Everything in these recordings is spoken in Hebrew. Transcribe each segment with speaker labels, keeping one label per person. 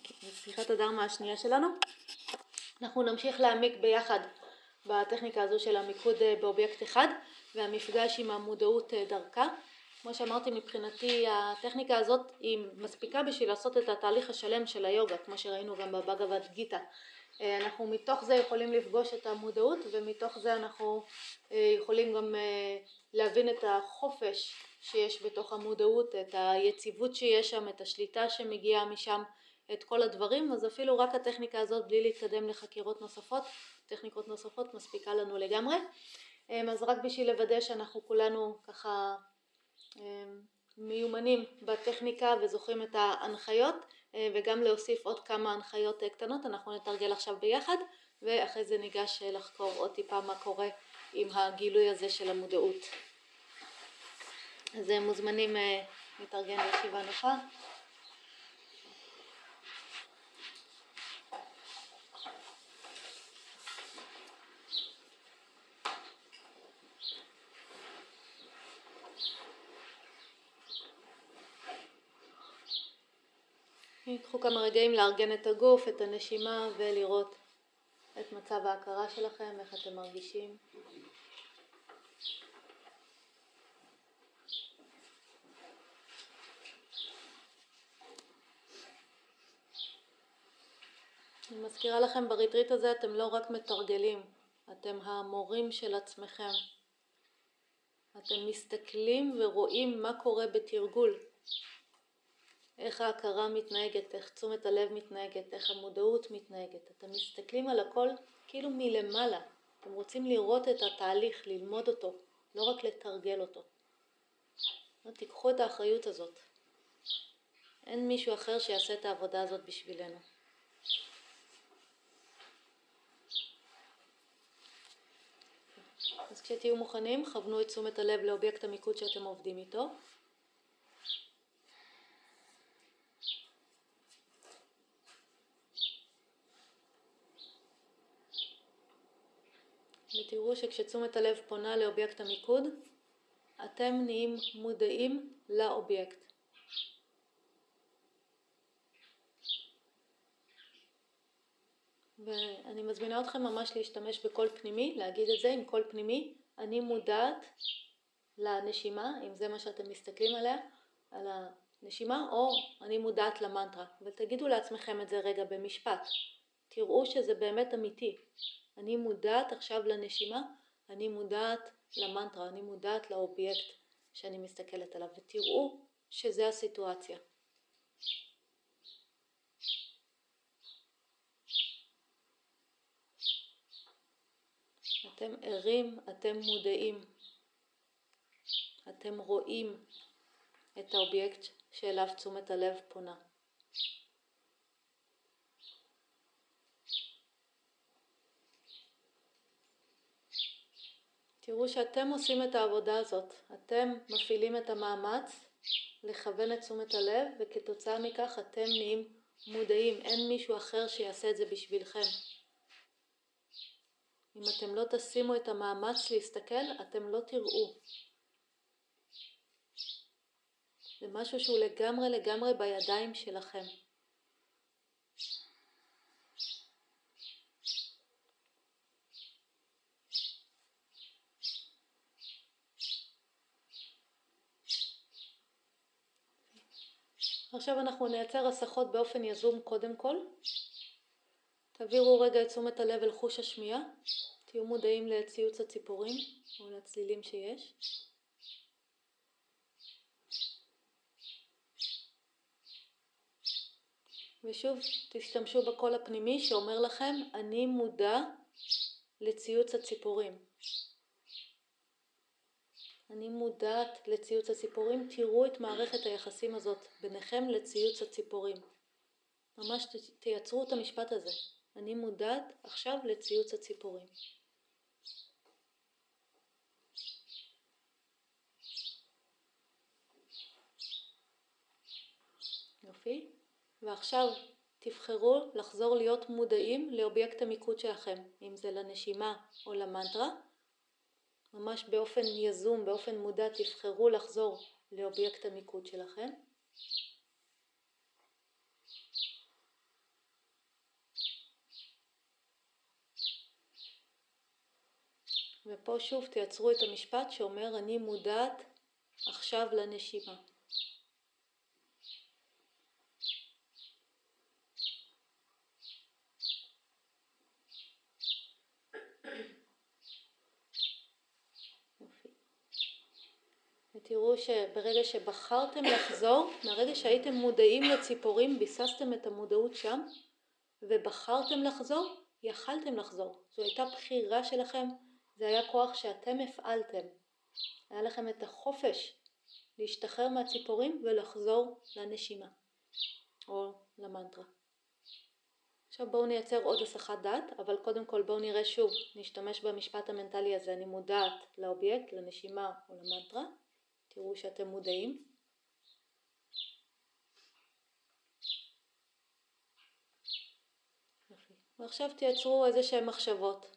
Speaker 1: שיחת הדרמה השנייה שלנו. אנחנו נמשיך להעמיק ביחד בטכניקה הזו של המיקוד באובייקט אחד והמפגש עם המודעות דרכה. כמו שאמרתי, מבחינתי הטכניקה הזאת היא מספיקה בשביל לעשות את התהליך השלם של היוגה, כמו שראינו גם בבאגavad גיטה. אנחנו מתוך זה יכולים לפגוש את המודעות, ומתוך זה אנחנו יכולים גם להבין את החופש שיש בתוך המודעות, את היציבות שיש שם, את השליטה שמגיעה משם, את כל הדברים. אז אפילו רק הטכניקה הזאת, בלי להתקדם לחקירות נוספות, טכניקות נוספות, מספיקה לנו לגמרי. אז רק בשביל לוודא שאנחנו כולנו ככה מיומנים בטכניקה וזוכרים את ההנחיות, וגם להוסיף עוד כמה הנחיות קטנות, אנחנו נתרגל עכשיו ביחד, ואחרי זה ניגש לחקור עוד טיפה מה קורה עם הגילוי הזה של המודעות. אז מוזמנים להתארגן לישיבה נוחה. קחו כמה רגעים לארגן את הגוף, את הנשימה, ולראות את מצב ההכרה שלכם, איך אתם מרגישים. אני מזכירה לכם, בריטריט הזה אתם לא רק מתרגלים, אתם המורים של עצמכם. אתם מסתכלים ורואים מה קורה בתרגול. איך ההכרה מתנהגת, איך תשומת הלב מתנהגת, איך המודעות מתנהגת. אתם מסתכלים על הכל כאילו מלמעלה. אתם רוצים לראות את התהליך, ללמוד אותו, לא רק לתרגל אותו. תיקחו את האחריות הזאת. אין מישהו אחר שיעשה את העבודה הזאת בשבילנו. אז כשתהיו מוכנים, כוונו את תשומת הלב לאובייקט המיקוד שאתם עובדים איתו. ותראו שכשתשומת הלב פונה לאובייקט המיקוד, אתם נהיים מודעים לאובייקט. ואני מזמינה אתכם ממש להשתמש בקול פנימי, להגיד את זה עם קול פנימי. אני מודעת לנשימה, אם זה מה שאתם מסתכלים עליה, על הנשימה, או אני מודעת למנטרה. ותגידו לעצמכם את זה רגע במשפט. תראו שזה באמת אמיתי. אני מודעת עכשיו לנשימה, אני מודעת למנטרה, אני מודעת לאובייקט שאני מסתכלת עליו. ותראו שזה הסיטואציה. אתם ערים, אתם מודעים, אתם רואים את האובייקט שאליו תשומת הלב פונה. תראו שאתם עושים את העבודה הזאת, אתם מפעילים את המאמץ לכוון את תשומת הלב, וכתוצאה מכך אתם נהיים מודעים, אין מישהו אחר שיעשה את זה בשבילכם. אם אתם לא תשימו את המאמץ להסתכל, אתם לא תראו. זה משהו שהוא לגמרי בידיים שלכם. עכשיו אנחנו נייצר הסחות באופן יזום קודם כל. תעבירו רגע את תשומת הלב אל חוש השמיעה. תהיו מודעים לציוץ הציפורים או לצלילים שיש. ושוב תשתמשו בקול הפנימי שאומר לכם, אני מודע לציוץ הציפורים. אני מודעת לציוץ הציפורים. תראו את מערכת היחסים הזאת ביניכם לציוץ הציפורים. ממש תייצרו את המשפט הזה. אני מודעת עכשיו לציוץ הציפורים. יופי. ועכשיו תבחרו לחזור להיות מודעים לאובייקט המיקוד שלכם, אם זה לנשימה או למנטרה. ממש באופן יזום, באופן מודע, תבחרו לחזור לאובייקט המיקוד שלכם. ופה שוב תייצרו את המשפט שאומר אני מודעת עכשיו לנשימה. ותראו שברגע שבחרתם לחזור, מהרגע שהייתם מודעים לציפורים, ביססתם את המודעות שם, ובחרתם לחזור, יכלתם לחזור. זו הייתה בחירה שלכם, זה היה כוח שאתם הפעלתם. היה לכם את החופש להשתחרר מהציפורים ולחזור לנשימה, או למנטרה. עכשיו בואו נייצר עוד הסחת דעת, אבל קודם כל בואו נראה שוב, נשתמש במשפט המנטלי הזה, אני מודעת לאובייקט, לנשימה או למנטרה. תראו שאתם מודעים. ועכשיו תייצרו איזה שהן מחשבות.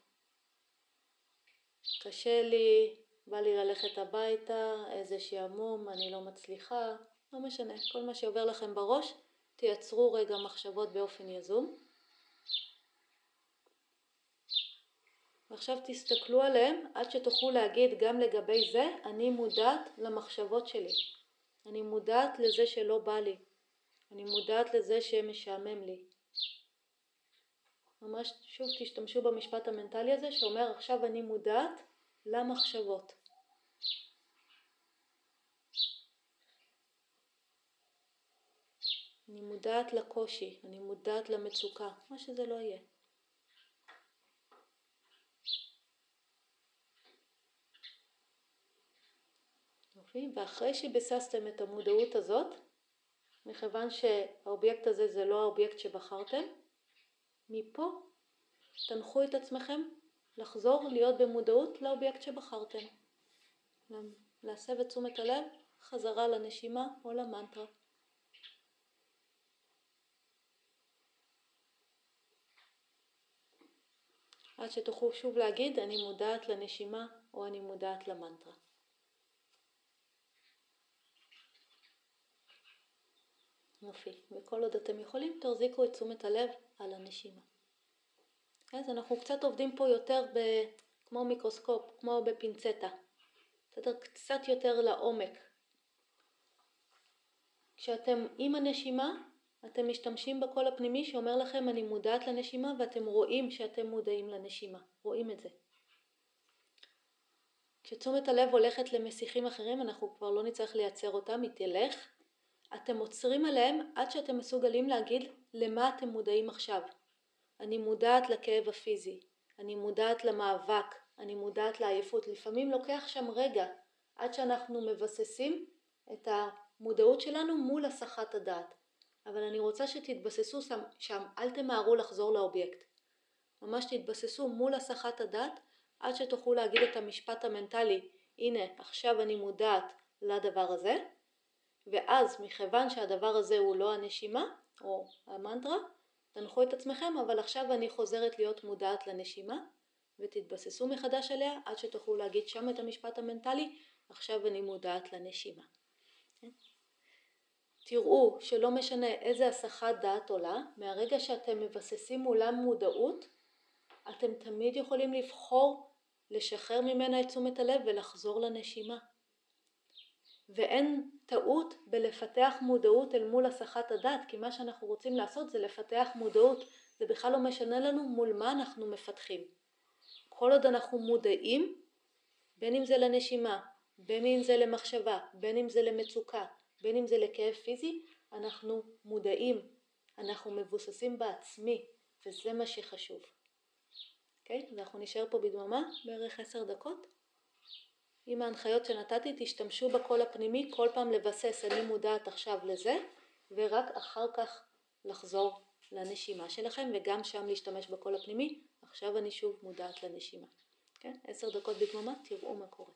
Speaker 1: קשה לי, בא לי ללכת הביתה, איזה שעמום, אני לא מצליחה, לא משנה, כל מה שעובר לכם בראש, תייצרו רגע מחשבות באופן יזום. ועכשיו תסתכלו עליהם עד שתוכלו להגיד גם לגבי זה, אני מודעת למחשבות שלי. אני מודעת לזה שלא בא לי. אני מודעת לזה שמשעמם לי. ממש שוב תשתמשו במשפט המנטלי הזה שאומר עכשיו אני מודעת למחשבות. אני מודעת לקושי, אני מודעת למצוקה, מה שזה לא יהיה. ואחרי שביססתם את המודעות הזאת, מכיוון שהאובייקט הזה זה לא האובייקט שבחרתם, מפה תנחו את עצמכם לחזור להיות במודעות לאובייקט שבחרתם. להסב את תשומת הלב חזרה לנשימה או למנטרה. עד שתוכלו שוב להגיד אני מודעת לנשימה או אני מודעת למנטרה. יופי, וכל עוד אתם יכולים תחזיקו את תשומת הלב על הנשימה. אז אנחנו קצת עובדים פה יותר כמו מיקרוסקופ, כמו בפינצטה. קצת יותר לעומק. כשאתם עם הנשימה, אתם משתמשים בקול הפנימי שאומר לכם אני מודעת לנשימה, ואתם רואים שאתם מודעים לנשימה. רואים את זה. כשתשומת הלב הולכת למסיחים אחרים, אנחנו כבר לא נצטרך לייצר אותם, היא תלך. אתם עוצרים עליהם עד שאתם מסוגלים להגיד למה אתם מודעים עכשיו. אני מודעת לכאב הפיזי, אני מודעת למאבק, אני מודעת לעייפות. לפעמים לוקח שם רגע עד שאנחנו מבססים את המודעות שלנו מול הסחת הדעת. אבל אני רוצה שתתבססו שם, אל תמהרו לחזור לאובייקט. ממש תתבססו מול הסחת הדעת עד שתוכלו להגיד את המשפט המנטלי, הנה עכשיו אני מודעת לדבר הזה, ואז מכיוון שהדבר הזה הוא לא הנשימה או המנטרה, תנחו את עצמכם, אבל עכשיו אני חוזרת להיות מודעת לנשימה, ותתבססו מחדש עליה עד שתוכלו להגיד שם את המשפט המנטלי, עכשיו אני מודעת לנשימה. תראו שלא משנה איזה הסחת דעת עולה, מהרגע שאתם מבססים מולם מודעות, אתם תמיד יכולים לבחור לשחרר ממנה את תשומת הלב ולחזור לנשימה. ואין טעות בלפתח מודעות אל מול הסחת הדעת, כי מה שאנחנו רוצים לעשות זה לפתח מודעות, זה בכלל לא משנה לנו מול מה אנחנו מפתחים. כל עוד אנחנו מודעים, בין אם זה לנשימה, בין אם זה למחשבה, בין אם זה למצוקה, בין אם זה לכאב פיזי, אנחנו מודעים, אנחנו מבוססים בעצמי, וזה מה שחשוב. אוקיי? אז אנחנו נשאר פה בדממה בערך 10 דקות. עם ההנחיות שנתתי, תשתמשו בקול הפנימי, כל פעם לבסס, אני מודעת עכשיו לזה, ורק אחר כך לחזור לנשימה שלכם, וגם שם להשתמש בקול הפנימי, עכשיו אני שוב מודעת לנשימה. כן? 10 דקות בדממה, תראו מה קורה.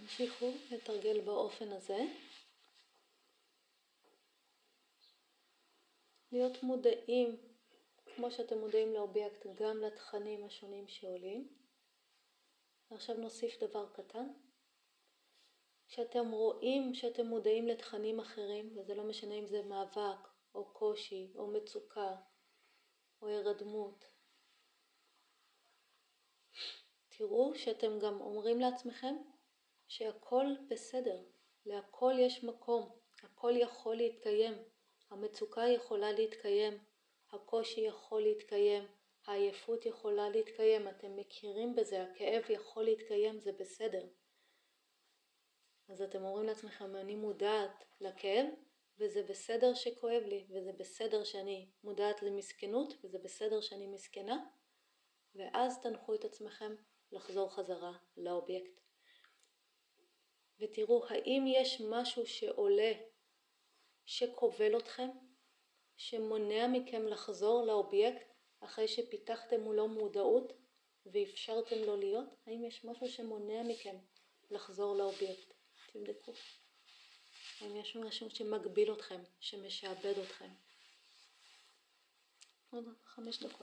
Speaker 1: תמשיכו לתרגל באופן הזה. להיות מודעים, כמו שאתם מודעים לאובייקט, גם לתכנים השונים שעולים. ועכשיו נוסיף דבר קטן. כשאתם רואים שאתם מודעים לתכנים אחרים, וזה לא משנה אם זה מאבק, או קושי, או מצוקה, או הרדמות, תראו שאתם גם אומרים לעצמכם שהכל בסדר, להכל יש מקום, הכל יכול להתקיים, המצוקה יכולה להתקיים, הקושי יכול להתקיים, העייפות יכולה להתקיים, אתם מכירים בזה, הכאב יכול להתקיים, זה בסדר. אז אתם אומרים לעצמכם, אני מודעת לכאב, וזה בסדר שכואב לי, וזה בסדר שאני מודעת למסכנות, וזה בסדר שאני מסכנה, ואז תנחו את עצמכם לחזור חזרה לאובייקט. ותראו, האם יש משהו שעולה, שכובל אתכם, שמונע מכם לחזור לאובייקט, אחרי שפיתחתם מולו מודעות, ואפשרתם לו להיות? האם יש משהו שמונע מכם לחזור לאובייקט? תבדקו. האם יש משהו שמגביל אתכם, שמשעבד אתכם? עוד 5 דקות.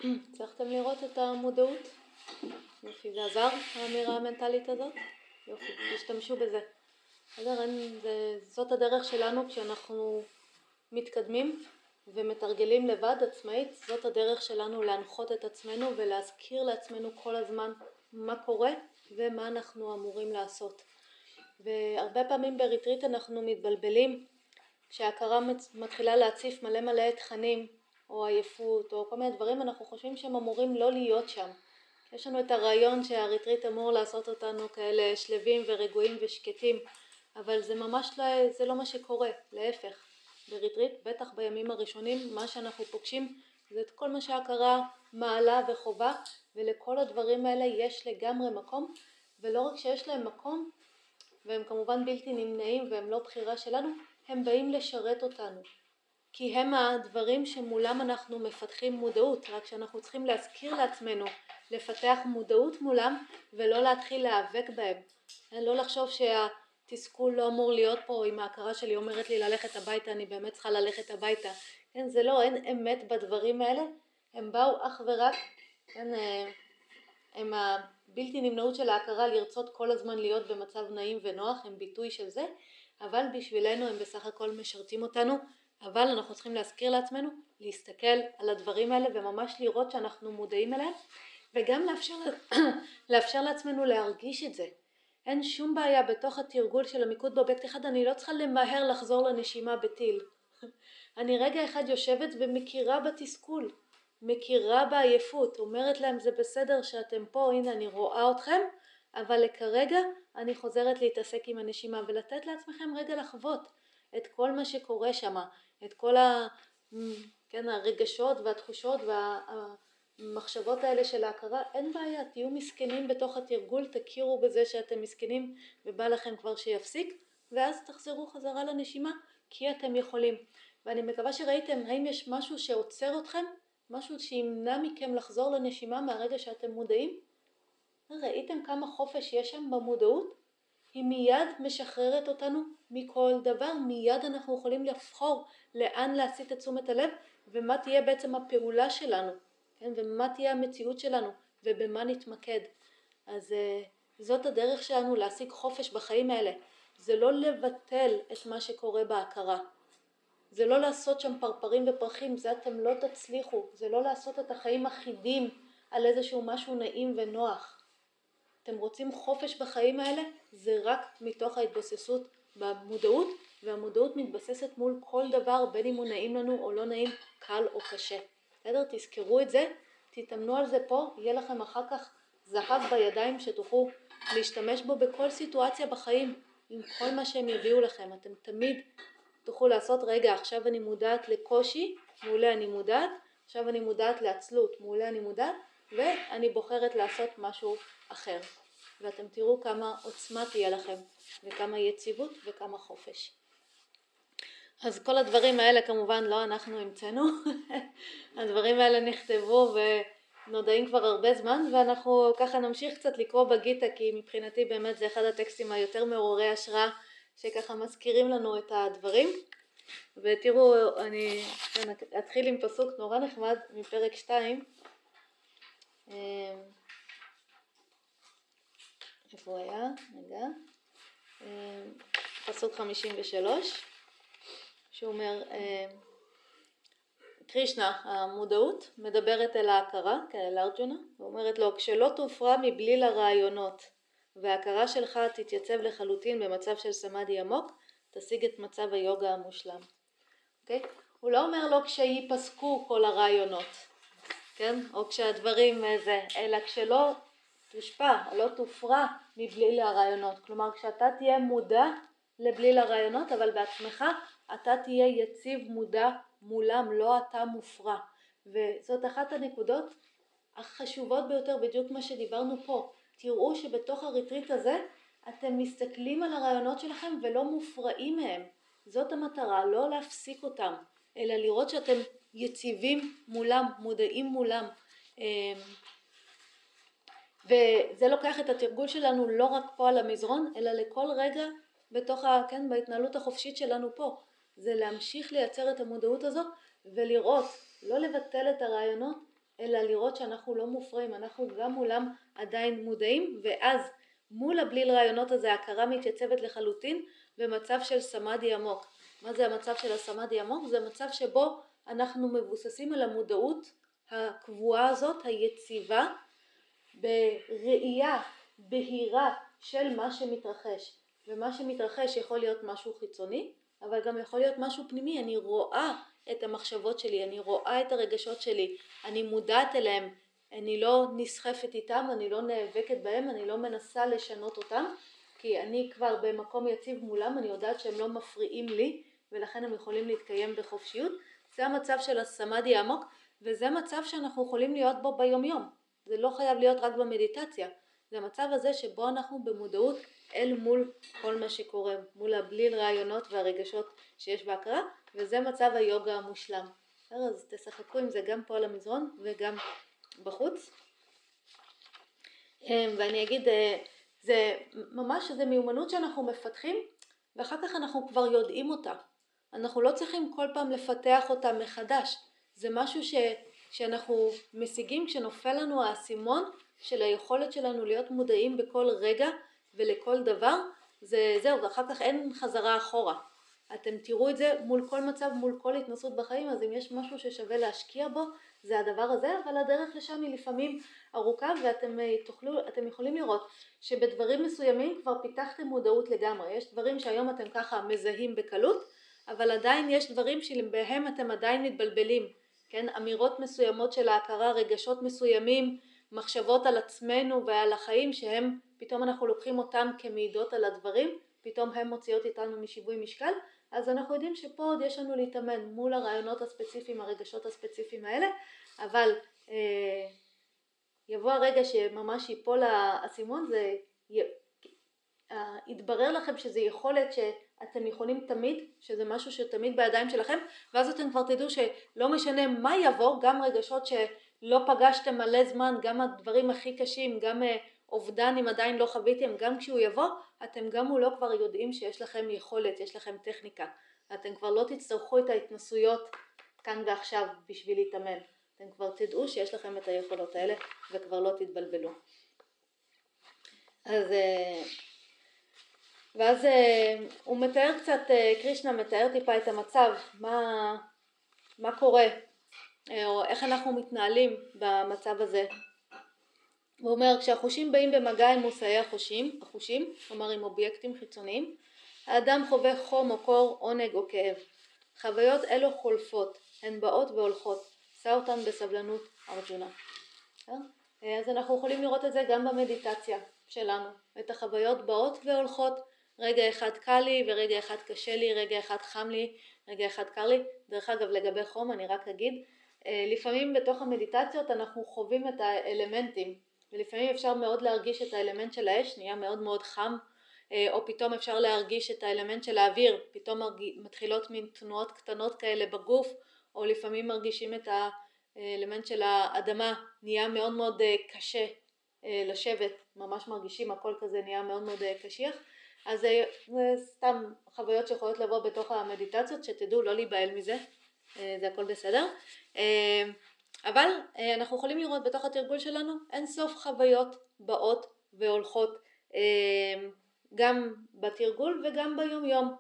Speaker 1: הצלחתם לראות את המודעות? יופי, זה עזר האמירה המנטלית הזאת? יופי, תשתמשו בזה. זאת הדרך שלנו כשאנחנו מתקדמים ומתרגלים לבד עצמאית, זאת הדרך שלנו להנחות את עצמנו ולהזכיר לעצמנו כל הזמן מה קורה ומה אנחנו אמורים לעשות. והרבה פעמים בריטריט אנחנו מתבלבלים כשההכרה מתחילה להציף מלא תכנים או עייפות או כל מיני דברים, אנחנו חושבים שהם אמורים לא להיות שם. יש לנו את הרעיון שהריטריט אמור לעשות אותנו כאלה שלווים ורגועים ושקטים, אבל זה ממש לא מה שקורה, להפך. בריטריט, בטח בימים הראשונים, מה שאנחנו פוגשים זה את כל מה שההכרה מעלה וחובה, ולכל הדברים האלה יש לגמרי מקום, ולא רק שיש להם מקום, והם כמובן בלתי נמנעים והם לא בחירה שלנו, הם באים לשרת אותנו. כי הם הדברים שמולם אנחנו מפתחים מודעות, רק שאנחנו צריכים להזכיר לעצמנו, לפתח מודעות מולם ולא להתחיל להיאבק בהם. לא לחשוב שהתסכול לא אמור להיות פה, אם ההכרה שלי אומרת לי ללכת הביתה, אני באמת צריכה ללכת הביתה. כן, זה לא, אין אמת בדברים האלה, הם באו אך ורק, כן, הם הבלתי נמנעות של ההכרה לרצות כל הזמן להיות במצב נעים ונוח, הם ביטוי של זה, אבל בשבילנו הם בסך הכל משרתים אותנו, אבל אנחנו צריכים להזכיר לעצמנו, להסתכל על הדברים האלה וממש לראות שאנחנו מודעים אליהם, וגם לאפשר לעצמנו להרגיש את זה. אין שום בעיה בתוך התרגול של המיקוד באובייקט אחד, אני לא צריכה למהר לחזור לנשימה בטיל. אני רגע אחד יושבת ומכירה בתסכול, מכירה בעייפות, אומרת להם זה בסדר שאתם פה, הנה אני רואה אתכם, אבל כרגע אני חוזרת להתעסק עם הנשימה ולתת לעצמכם רגע לחוות את כל מה שקורה שם, את כל הרגשות והתחושות והמחשבות האלה של ההכרה. אין בעיה, תהיו מסכנים בתוך התרגול, תכירו בזה שאתם מסכנים ובא לכם כבר שיפסיק, ואז תחזרו חזרה לנשימה כי אתם יכולים. ואני מקווה שראיתם האם יש משהו שעוצר אתכם, משהו שימנע מכם לחזור לנשימה מהרגע שאתם מודעים. ראיתם כמה חופש יש שם במודעות? היא מיד משחררת אותנו מכל דבר, מיד אנחנו יכולים לבחור לאן להסיט את תשומת הלב ומה תהיה בעצם הפעולה שלנו, כן? ומה תהיה המציאות שלנו ובמה נתמקד. אז זאת הדרך שלנו להשיג חופש בחיים האלה. זה לא לבטל את מה שקורה בהכרה. זה לא לעשות שם פרפרים ופרחים, זה אתם לא תצליחו. זה לא לעשות את החיים אחידים על איזשהו משהו נעים ונוח. אתם רוצים חופש בחיים האלה, זה רק מתוך ההתבססות במודעות, והמודעות מתבססת מול כל דבר, בין אם הוא נעים לנו או לא נעים, קל או קשה. בסדר? תזכרו את זה, תתאמנו על זה פה, יהיה לכם אחר כך זהב בידיים שתוכלו להשתמש בו בכל סיטואציה בחיים, עם כל מה שהם יביאו לכם. אתם תמיד תוכלו לעשות, רגע, עכשיו אני מודעת לקושי, מעולה אני מודעת, עכשיו אני מודעת לעצלות, מעולה אני מודעת, ואני בוחרת לעשות משהו אחר. ואתם תראו כמה עוצמה תהיה לכם, וכמה יציבות וכמה חופש. אז כל הדברים האלה כמובן לא אנחנו המצאנו, הדברים האלה נכתבו ונודעים כבר הרבה זמן, ואנחנו ככה נמשיך קצת לקרוא בגיטה, כי מבחינתי באמת זה אחד הטקסטים היותר מעוררי השראה, שככה מזכירים לנו את הדברים. ותראו, אני אתחיל עם פסוק נורא נחמד מפרק 2, איפה הוא היה? רגע. פסוק 53, שהוא אומר, קרישנה, המודעות, מדברת אל ההכרה, אל ארג'ונה, ואומרת לו, כשלא תופרע מבליל הרעיונות, וההכרה שלך תתייצב לחלוטין במצב של סמאדי עמוק, תשיג את מצב היוגה המושלם. אוקיי? הוא לא אומר לו כשיפסקו כל הרעיונות, כן? או כשהדברים זה, אלא כשלא תושפע או לא תופרע מבליל הרעיונות. כלומר, כשאתה תהיה מודע לבליל הרעיונות, אבל בעצמך אתה תהיה יציב מודע מולם, לא אתה מופרע. וזאת אחת הנקודות החשובות ביותר, בדיוק מה שדיברנו פה. תראו שבתוך הריטריט הזה אתם מסתכלים על הרעיונות שלכם ולא מופרעים מהם. זאת המטרה, לא להפסיק אותם, אלא לראות שאתם יציבים מולם, מודעים מולם. וזה לוקח את התרגול שלנו לא רק פה על המזרון, אלא לכל רגע בתוך כן, בהתנהלות החופשית שלנו פה. זה להמשיך לייצר את המודעות הזו ולראות, לא לבטל את הרעיונות, אלא לראות שאנחנו לא מופרעים, אנחנו גם מולם עדיין מודעים, ואז מול הבליל רעיונות הזה ההכרה מתייצבת לחלוטין במצב של סמאדי עמוק. מה זה המצב של הסמאדי עמוק? זה מצב שבו אנחנו מבוססים על המודעות הקבועה הזאת, היציבה, בראייה בהירה של מה שמתרחש. ומה שמתרחש יכול להיות משהו חיצוני, אבל גם יכול להיות משהו פנימי. אני רואה את המחשבות שלי, אני רואה את הרגשות שלי, אני מודעת אליהם, אני לא נסחפת איתם, אני לא נאבקת בהם, אני לא מנסה לשנות אותם, כי אני כבר במקום יציב מולם, אני יודעת שהם לא מפריעים לי, ולכן הם יכולים להתקיים בחופשיות. זה המצב של הסמאדי העמוק, וזה מצב שאנחנו יכולים להיות בו ביום יום. זה לא חייב להיות רק במדיטציה. זה המצב הזה שבו אנחנו במודעות אל מול כל מה שקורה, מול הבליל רעיונות והרגשות שיש בהכרה, וזה מצב היוגה המושלם. אז תשחקו עם זה גם פה על המזרון וגם בחוץ. ואני אגיד, זה ממש זה מיומנות שאנחנו מפתחים, ואחר כך אנחנו כבר יודעים אותה. אנחנו לא צריכים כל פעם לפתח אותה מחדש. זה משהו שאנחנו משיגים כשנופל לנו האסימון של היכולת שלנו להיות מודעים בכל רגע ולכל דבר. זהו, ואחר כך אין חזרה אחורה. אתם תראו את זה מול כל מצב, מול כל התנסות בחיים, אז אם יש משהו ששווה להשקיע בו, זה הדבר הזה, אבל הדרך לשם היא לפעמים ארוכה, ואתם יכולים לראות שבדברים מסוימים כבר פיתחתם מודעות לגמרי. יש דברים שהיום אתם ככה מזהים בקלות, אבל עדיין יש דברים שבהם אתם עדיין מתבלבלים, כן? אמירות מסוימות של ההכרה, רגשות מסוימים, מחשבות על עצמנו ועל החיים, שהם פתאום אנחנו לוקחים אותם כמעידות על הדברים, פתאום הם מוציאות איתנו משיווי משקל, אז אנחנו יודעים שפה עוד יש לנו להתאמן מול הרעיונות הספציפיים, הרגשות הספציפיים האלה, אבל יבוא הרגע שממש ייפול האסימון, זה יתברר לכם שזה יכולת שאתם יכולים תמיד, שזה משהו שתמיד בידיים שלכם, ואז אתם כבר תדעו שלא משנה מה יבוא, גם רגשות שלא פגשתם מלא זמן, גם הדברים הכי קשים, גם אובדן אם עדיין לא חוויתם, גם כשהוא יבוא, אתם גם מולו כבר יודעים שיש לכם יכולת, יש לכם טכניקה. אתם כבר לא תצטרכו את ההתנסויות כאן ועכשיו בשביל להתאמן. אתם כבר תדעו שיש לכם את היכולות האלה וכבר לא תתבלבלו. ואז הוא מתאר קצת, קרישנה מתאר טיפה את המצב, מה קורה, או איך אנחנו מתנהלים במצב הזה. הוא אומר, כשהחושים באים במגע עם מושאי החושים, כלומר עם אובייקטים חיצוניים, האדם חווה חום או קור, עונג או כאב. חוויות אלו חולפות, הן באות והולכות, שא אותן בסבלנות, ארג'ונה. אז אנחנו יכולים לראות את זה גם במדיטציה שלנו, את החוויות באות והולכות, רגע אחד קל לי ורגע אחד קשה לי, רגע אחד חם לי, רגע אחד קר לי. דרך אגב, לגבי חום אני רק אגיד, לפעמים בתוך המדיטציות אנחנו חווים את האלמנטים, ולפעמים אפשר מאוד להרגיש את האלמנט של האש, נהיה מאוד מאוד חם, או פתאום אפשר להרגיש את האלמנט של האוויר, פתאום מתחילות מין תנועות קטנות כאלה בגוף, או לפעמים מרגישים את האלמנט של האדמה, נהיה מאוד מאוד קשה לשבת, ממש מרגישים הכל כזה נהיה מאוד מאוד קשיח. אז זה סתם חוויות שיכולות לבוא בתוך המדיטציות, שתדעו לא להיבהל מזה, זה הכל בסדר. אבל אנחנו יכולים לראות בתוך התרגול שלנו אין סוף חוויות באות והולכות, גם בתרגול וגם ביום יום.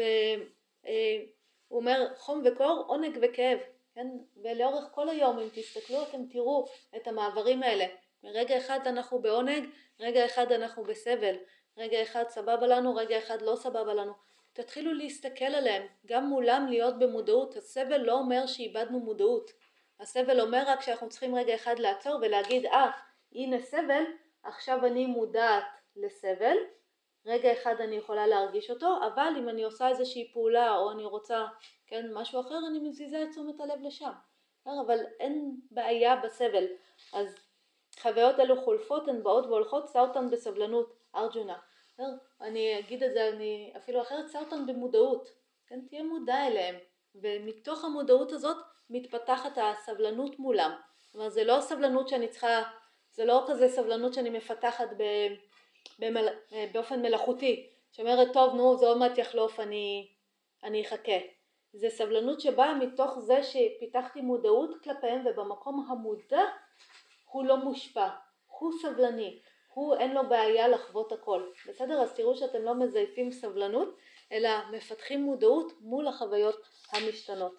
Speaker 1: הוא אומר חום וקור, עונג וכאב, כן? ולאורך כל היום אם תסתכלו אתם תראו את המעברים האלה. מרגע אחד אנחנו בעונג, רגע אחד אנחנו בסבל, רגע אחד סבבה לנו, רגע אחד לא סבבה לנו. תתחילו להסתכל עליהם, גם מולם להיות במודעות. הסבל לא אומר שאיבדנו מודעות. הסבל אומר רק שאנחנו צריכים רגע אחד לעצור ולהגיד, הנה סבל, עכשיו אני מודעת לסבל, רגע אחד אני יכולה להרגיש אותו, אבל אם אני עושה איזושהי פעולה או אני רוצה, כן, משהו אחר, אני מזיזה את תשומת הלב לשם. אבל אין בעיה בסבל. אז חוויות אלו חולפות, הן באות והולכות, שא אותן בסבלנות, ארג'ונה. אני אגיד את זה, אני אפילו אחרת, שא אותן במודעות, כן, תהיה מודע אליהם, ומתוך המודעות הזאת מתפתחת הסבלנות מולם. זאת אומרת, זה לא סבלנות שאני צריכה, זה לא כזה סבלנות שאני מפתחת באופן מלאכותי, שאומרת, טוב, נו, זה עוד מעט יחלוף, אני אחכה. זה סבלנות שבאה מתוך זה שפיתחתי מודעות כלפיהם, ובמקום המודע הוא לא מושפע, הוא סבלני, הוא אין לו בעיה לחוות הכל. בסדר? אז תראו שאתם לא מזייפים סבלנות, אלא מפתחים מודעות מול החוויות המשתנות.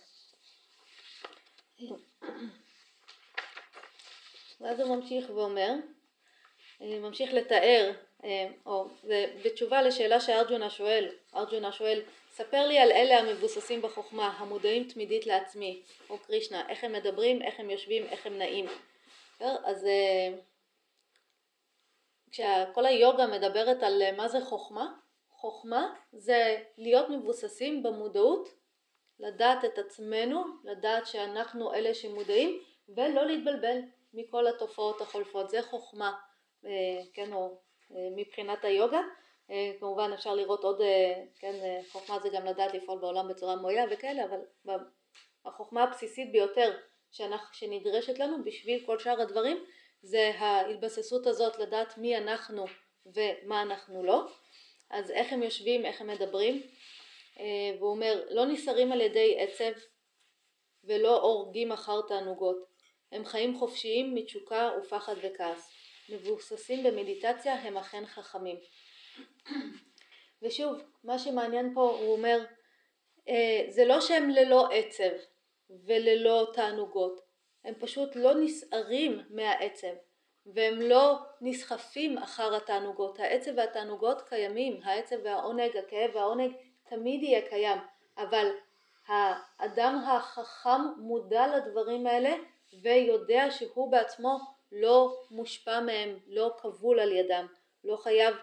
Speaker 1: ואז הוא ממשיך ואומר, ממשיך לתאר, או בתשובה לשאלה שארג'ונה שואל, ספר לי על אלה המבוססים בחוכמה, המודעים תמידית לעצמי, או קרישנה, איך הם מדברים, איך הם יושבים, איך הם נעים. אז כשכל היוגה מדברת על מה זה חוכמה, חוכמה זה להיות מבוססים במודעות, לדעת את עצמנו, לדעת שאנחנו אלה שמודעים, ולא להתבלבל מכל התופעות החולפות. זה חוכמה, כן, או מבחינת היוגה. כמובן אפשר לראות עוד, כן, חוכמה זה גם לדעת לפעול בעולם בצורה מועילה וכאלה, אבל החוכמה הבסיסית ביותר שנדרשת לנו בשביל כל שאר הדברים, זה ההתבססות הזאת לדעת מי אנחנו ומה אנחנו לא. אז איך הם יושבים, איך הם מדברים. והוא אומר, לא נסערים על ידי עצב ולא הורגים אחר תענוגות. הם חיים חופשיים מתשוקה ופחד וכעס. מבוססים במדיטציה, הם אכן חכמים. ושוב, מה שמעניין פה, הוא אומר, זה לא שהם ללא עצב וללא תענוגות. הם פשוט לא נסערים מהעצב, והם לא נסחפים אחר התענוגות. העצב והתענוגות קיימים, העצב והעונג, הכאב והעונג תמיד יהיה קיים, אבל האדם החכם מודע לדברים האלה, ויודע שהוא בעצמו לא מושפע מהם, לא כבול על ידם, לא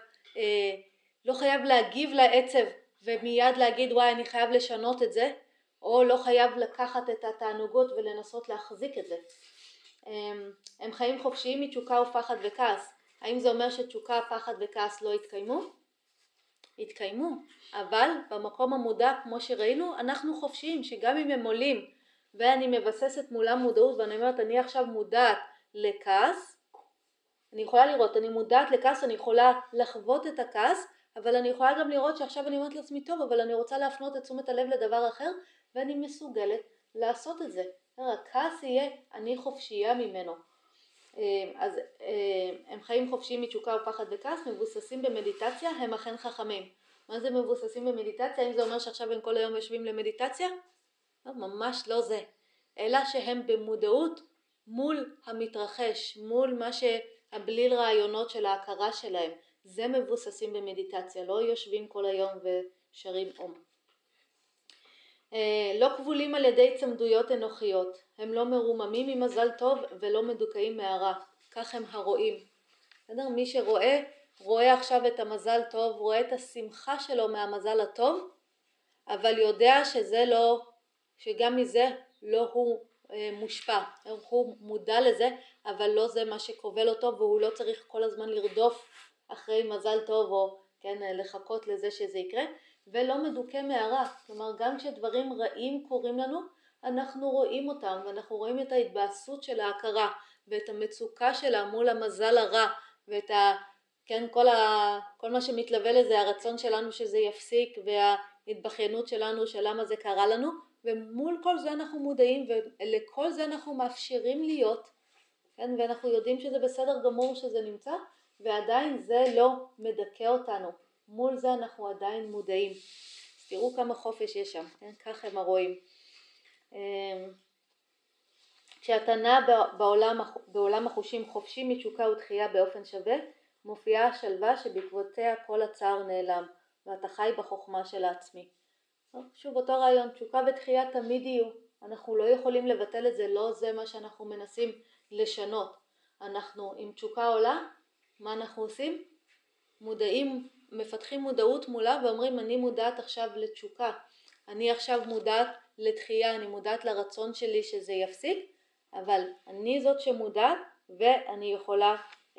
Speaker 1: חייב להגיב לעצב ומיד להגיד וואי אני חייב לשנות את זה, או לא חייב לקחת את התענוגות ולנסות להחזיק את זה. הם חיים חופשיים מתשוקה ופחד וכעס. האם זה אומר שתשוקה, פחד וכעס לא יתקיימו? יתקיימו, אבל במקום המודע כמו שראינו אנחנו חופשיים, שגם אם הם עולים ואני מבססת מולם מודעות ואני אומרת אני עכשיו מודעת לכעס, אני יכולה לראות, אני מודעת לכעס, אני יכולה לחוות את הכעס, אבל אני יכולה גם לראות שעכשיו אני אומרת לעצמי טוב, אבל אני רוצה להפנות את תשומת הלב לדבר אחר, ואני מסוגלת לעשות את זה. הכעס יהיה, אני חופשייה ממנו. אז הם חיים חופשיים מתשוקה ופחד וכעס, מבוססים במדיטציה, הם אכן חכמים. מה זה מבוססים במדיטציה? האם זה אומר שעכשיו הם כל היום יושבים למדיטציה? לא, ממש לא זה. אלא שהם במודעות מול המתרחש, מול מה שהבליל רעיונות של ההכרה שלהם. זה מבוססים במדיטציה, לא יושבים כל היום ושרים אום. לא כבולים על ידי צמדויות אנוכיות, הם לא מרוממים ממזל טוב ולא מדוכאים מהרע, כך הם הרואים. מי שרואה, רואה עכשיו את המזל טוב, רואה את השמחה שלו מהמזל הטוב, אבל יודע שזה לא, שגם מזה לא הוא מושפע, הוא מודע לזה, אבל לא זה מה שכובל אותו, והוא לא צריך כל הזמן לרדוף אחרי מזל טוב או כן, לחכות לזה שזה יקרה, ולא מדוכא מהרע. כלומר גם כשדברים רעים קורים לנו, אנחנו רואים אותם ואנחנו רואים את ההתבאסות של ההכרה ואת המצוקה שלה מול המזל הרע ואת כן, כל מה שמתלווה לזה, הרצון שלנו שזה יפסיק וההתבכיינות שלנו של למה זה קרה לנו, ומול כל זה אנחנו מודעים ולכל זה אנחנו מאפשרים להיות, כן? ואנחנו יודעים שזה בסדר גמור שזה נמצא, ועדיין זה לא מדכא אותנו. מול זה אנחנו עדיין מודעים. תראו כמה חופש יש שם, כן? כך הם הרואים. כשאתה נע בעולם החושים חופשי מתשוקה ותחייה באופן שווה, מופיעה השלווה שבעקבותיה כל הצער נעלם, ואתה חי בחוכמה של העצמי. שוב אותו רעיון, תשוקה ותחייה תמיד יהיו. אנחנו לא יכולים לבטל את זה, לא זה מה שאנחנו מנסים לשנות. אנחנו עם תשוקה עולה, מה אנחנו עושים? מודעים, מפתחים מודעות מולה ואומרים אני מודעת עכשיו לתשוקה, אני עכשיו מודעת לתחייה, אני מודעת לרצון שלי שזה יפסיק, אבל אני זאת שמודעת ואני יכולה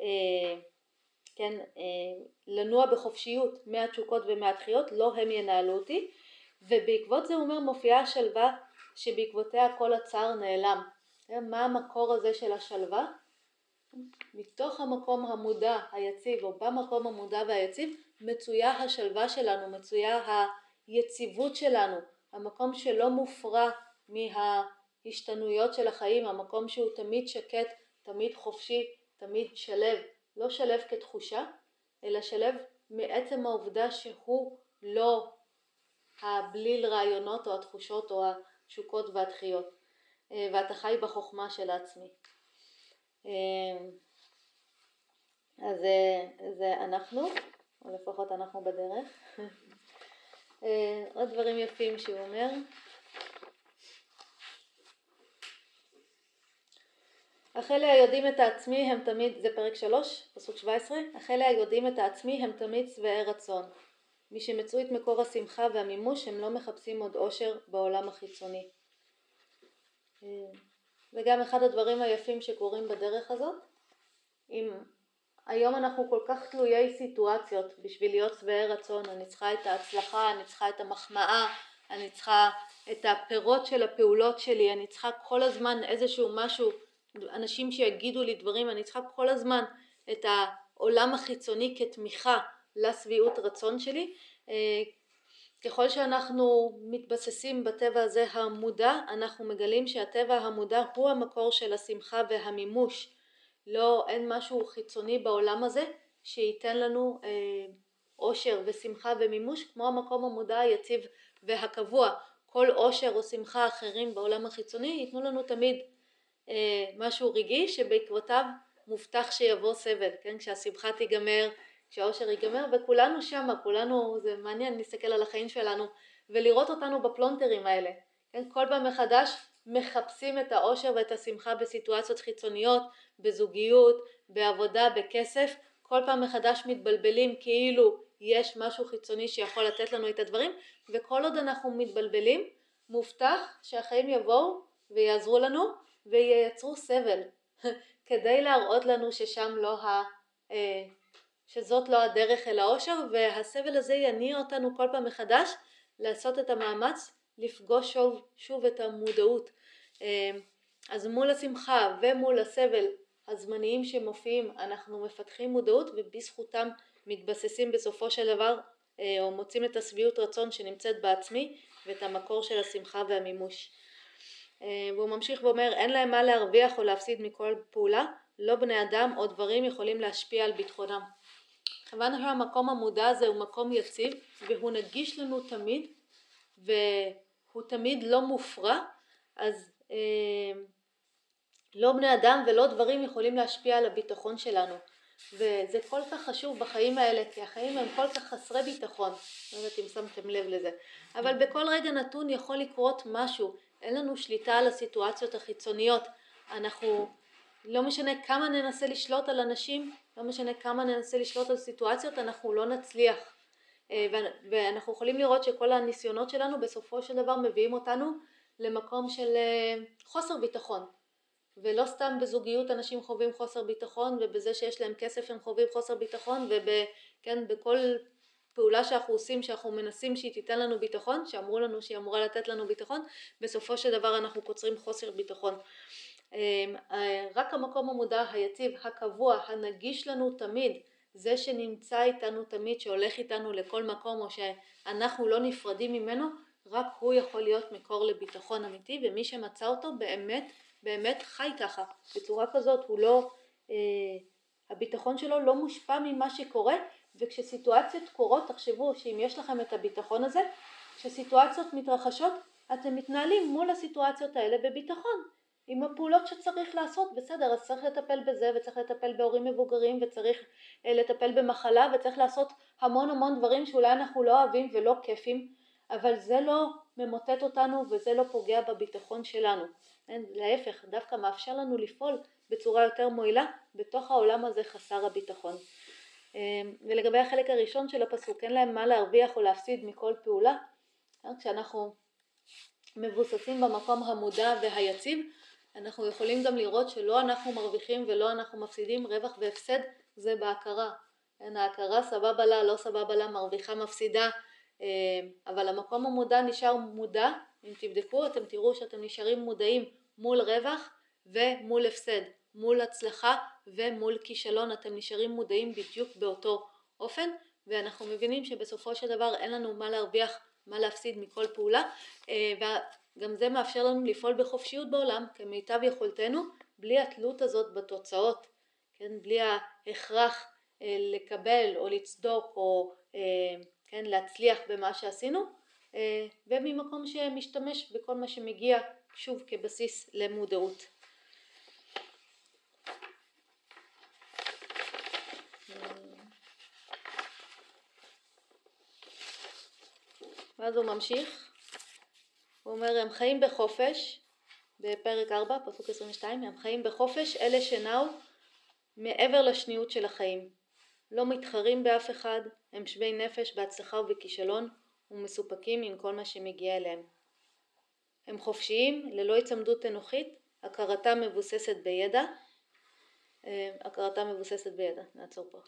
Speaker 1: לנוע בחופשיות מהתשוקות ומהתחיות, לא הם ינהלו אותי, ובעקבות זה הוא אומר מופיעה השלווה שבעקבותיה כל הצער נעלם. מה המקור הזה של השלווה? מתוך המקום המודע היציב, או במקום המודע והיציב, מצויה השלווה שלנו, מצויה היציבות שלנו. המקום שלא מופרע מההשתנויות של החיים, המקום שהוא תמיד שקט, תמיד חופשי, תמיד שלב, לא שלב כתחושה, אלא שלב מעצם העובדה שהוא לא הבליל רעיונות או התחושות או התשוקות והדחיות, ואתה חי בחוכמה של עצמי. אז זה אנחנו, או לפחות אנחנו בדרך. עוד דברים יפים שהוא אומר. אך אלה היודעים את העצמי הם תמיד, זה פרק 3, פסוק 17, אך אלה היודעים את העצמי הם תמיד שבעי רצון. מי שמצאו את מקור השמחה והמימוש הם לא מחפשים עוד אושר בעולם החיצוני. זה גם אחד הדברים היפים שקורים בדרך הזאת. היום אנחנו כל כך תלויי סיטואציות בשביל להיות שבעי רצון. אני צריכה את ההצלחה, אני צריכה את המחמאה, אני צריכה את הפירות של הפעולות שלי, אני צריכה כל הזמן איזשהו משהו, אנשים שיגידו לי דברים, אני צריכה כל הזמן את העולם החיצוני כתמיכה לשביעות רצון שלי. ככל שאנחנו מתבססים בטבע הזה המודע, אנחנו מגלים שהטבע המודע הוא המקור של השמחה והמימוש. לא, אין משהו חיצוני בעולם הזה שייתן לנו אושר ושמחה ומימוש כמו המקום המודע היציב והקבוע. כל אושר או שמחה אחרים בעולם החיצוני ייתנו לנו תמיד משהו רגעי שבעקבותיו מובטח שיבוא סבל, כן? כשהשמחה תיגמר, כשהאושר ייגמר, וכולנו שם, כולנו, זה מעניין להסתכל על החיים שלנו ולראות אותנו בפלונטרים האלה, כן? כל פעם מחדש מחפשים את האושר ואת השמחה בסיטואציות חיצוניות, בזוגיות, בעבודה, בכסף, כל פעם מחדש מתבלבלים כאילו יש משהו חיצוני שיכול לתת לנו את הדברים, וכל עוד אנחנו מתבלבלים, מובטח שהחיים יבואו ויעזרו לנו וייצרו סבל, כדי להראות לנו ששם לא שזאת לא הדרך אל האושר, והסבל הזה יניע אותנו כל פעם מחדש לעשות את המאמץ לפגוש שוב את המודעות. אז מול השמחה ומול הסבל הזמניים שמופיעים אנחנו מפתחים מודעות, ובזכותם מתבססים בסופו של דבר או מוצאים את השביעות רצון שנמצאת בעצמי ואת המקור של השמחה והמימוש. והוא ממשיך ואומר, אין להם מה להרוויח או להפסיד מכל פעולה, לא בני אדם או דברים יכולים להשפיע על ביטחונם. כיוון שהמקום המודע הזה הוא מקום יציב והוא נגיש לנו תמיד והוא תמיד לא מופרע, אז לא בני אדם ולא דברים יכולים להשפיע על הביטחון שלנו. וזה כל כך חשוב בחיים האלה, כי החיים הם כל כך חסרי ביטחון, לא יודעת אם שמתם לב לזה, אבל בכל רגע נתון יכול לקרות משהו, אין לנו שליטה על הסיטואציות החיצוניות, אנחנו לא משנה כמה ננסה לשלוט על אנשים, לא משנה כמה ננסה לשלוט על סיטואציות, אנחנו לא נצליח. ואנחנו יכולים לראות שכל הניסיונות שלנו בסופו של דבר מביאים אותנו למקום של חוסר ביטחון. ולא סתם בזוגיות אנשים חווים חוסר ביטחון, ובזה שיש להם כסף הם חווים חוסר ביטחון, ובכל פעולה שאנחנו עושים, שאנחנו מנסים שהיא תיתן לנו ביטחון, שאמרו לנו שהיא אמורה לתת לנו ביטחון, בסופו של דבר אנחנו קוצרים חוסר ביטחון. רק המקום המודע, היציב, הקבוע, הנגיש לנו תמיד, זה שנמצא איתנו תמיד, שהולך איתנו לכל מקום, או שאנחנו לא נפרדים ממנו, רק הוא יכול להיות מקור לביטחון אמיתי, ומי שמצא אותו באמת חי ככה, בצורה כזאת, הוא לא, הביטחון שלו לא מושפע ממה שקורה, וכשסיטואציות קורות, תחשבו שאם יש לכם את הביטחון הזה, כשסיטואציות מתרחשות, אתם מתנהלים מול הסיטואציות האלה בביטחון, עם הפעולות שצריך לעשות, בסדר, אז צריך לטפל בזה, וצריך לטפל בהורים מבוגרים, וצריך לטפל במחלה, וצריך לעשות המון דברים שאולי אנחנו לא אוהבים ולא כיפים, אבל זה לא ממוטט אותנו, וזה לא פוגע בביטחון שלנו. להפך, דווקא מאפשר לנו לפעול בצורה יותר מועילה בתוך העולם הזה חסר הביטחון. ולגבי החלק הראשון של הפסוק, אין להם מה להרוויח או להפסיד מכל פעולה, כשאנחנו מבוססים במקום המודע והיציב, אנחנו יכולים גם לראות שלא אנחנו מרוויחים ולא אנחנו מפסידים, רווח והפסד זה בהכרה. ההכרה סבבה לה, לא סבבה לה, מרוויחה מפסידה, אבל המקום המודע נשאר מודע. אם תבדקו אתם תראו שאתם נשארים מודעים מול רווח ומול הפסד, מול הצלחה ומול כישלון, אתם נשארים מודעים בדיוק באותו אופן, ואנחנו מבינים שבסופו של דבר אין לנו מה להרוויח מה להפסיד מכל פעולה, וגם זה מאפשר לנו לפעול בחופשיות בעולם כמיטב יכולתנו, בלי התלות הזאת בתוצאות, כן? בלי ההכרח לקבל או לצדוק או כן, להצליח במה שעשינו, וממקום שמשתמש בכל מה שמגיע שוב כבסיס למודעות. ואז הוא ממשיך, הוא אומר, הם חיים בחופש, בפרק 4, פסוק 22, הם חיים בחופש, אלה שנעו מעבר לשניות של החיים. לא מתחרים באף אחד, הם שווי נפש בהצלחה ובכישלון, ומסופקים עם כל מה שמגיע אליהם. הם חופשיים, ללא הצמדות אנוכית, הכרתם מבוססת בידע, נעצור פה.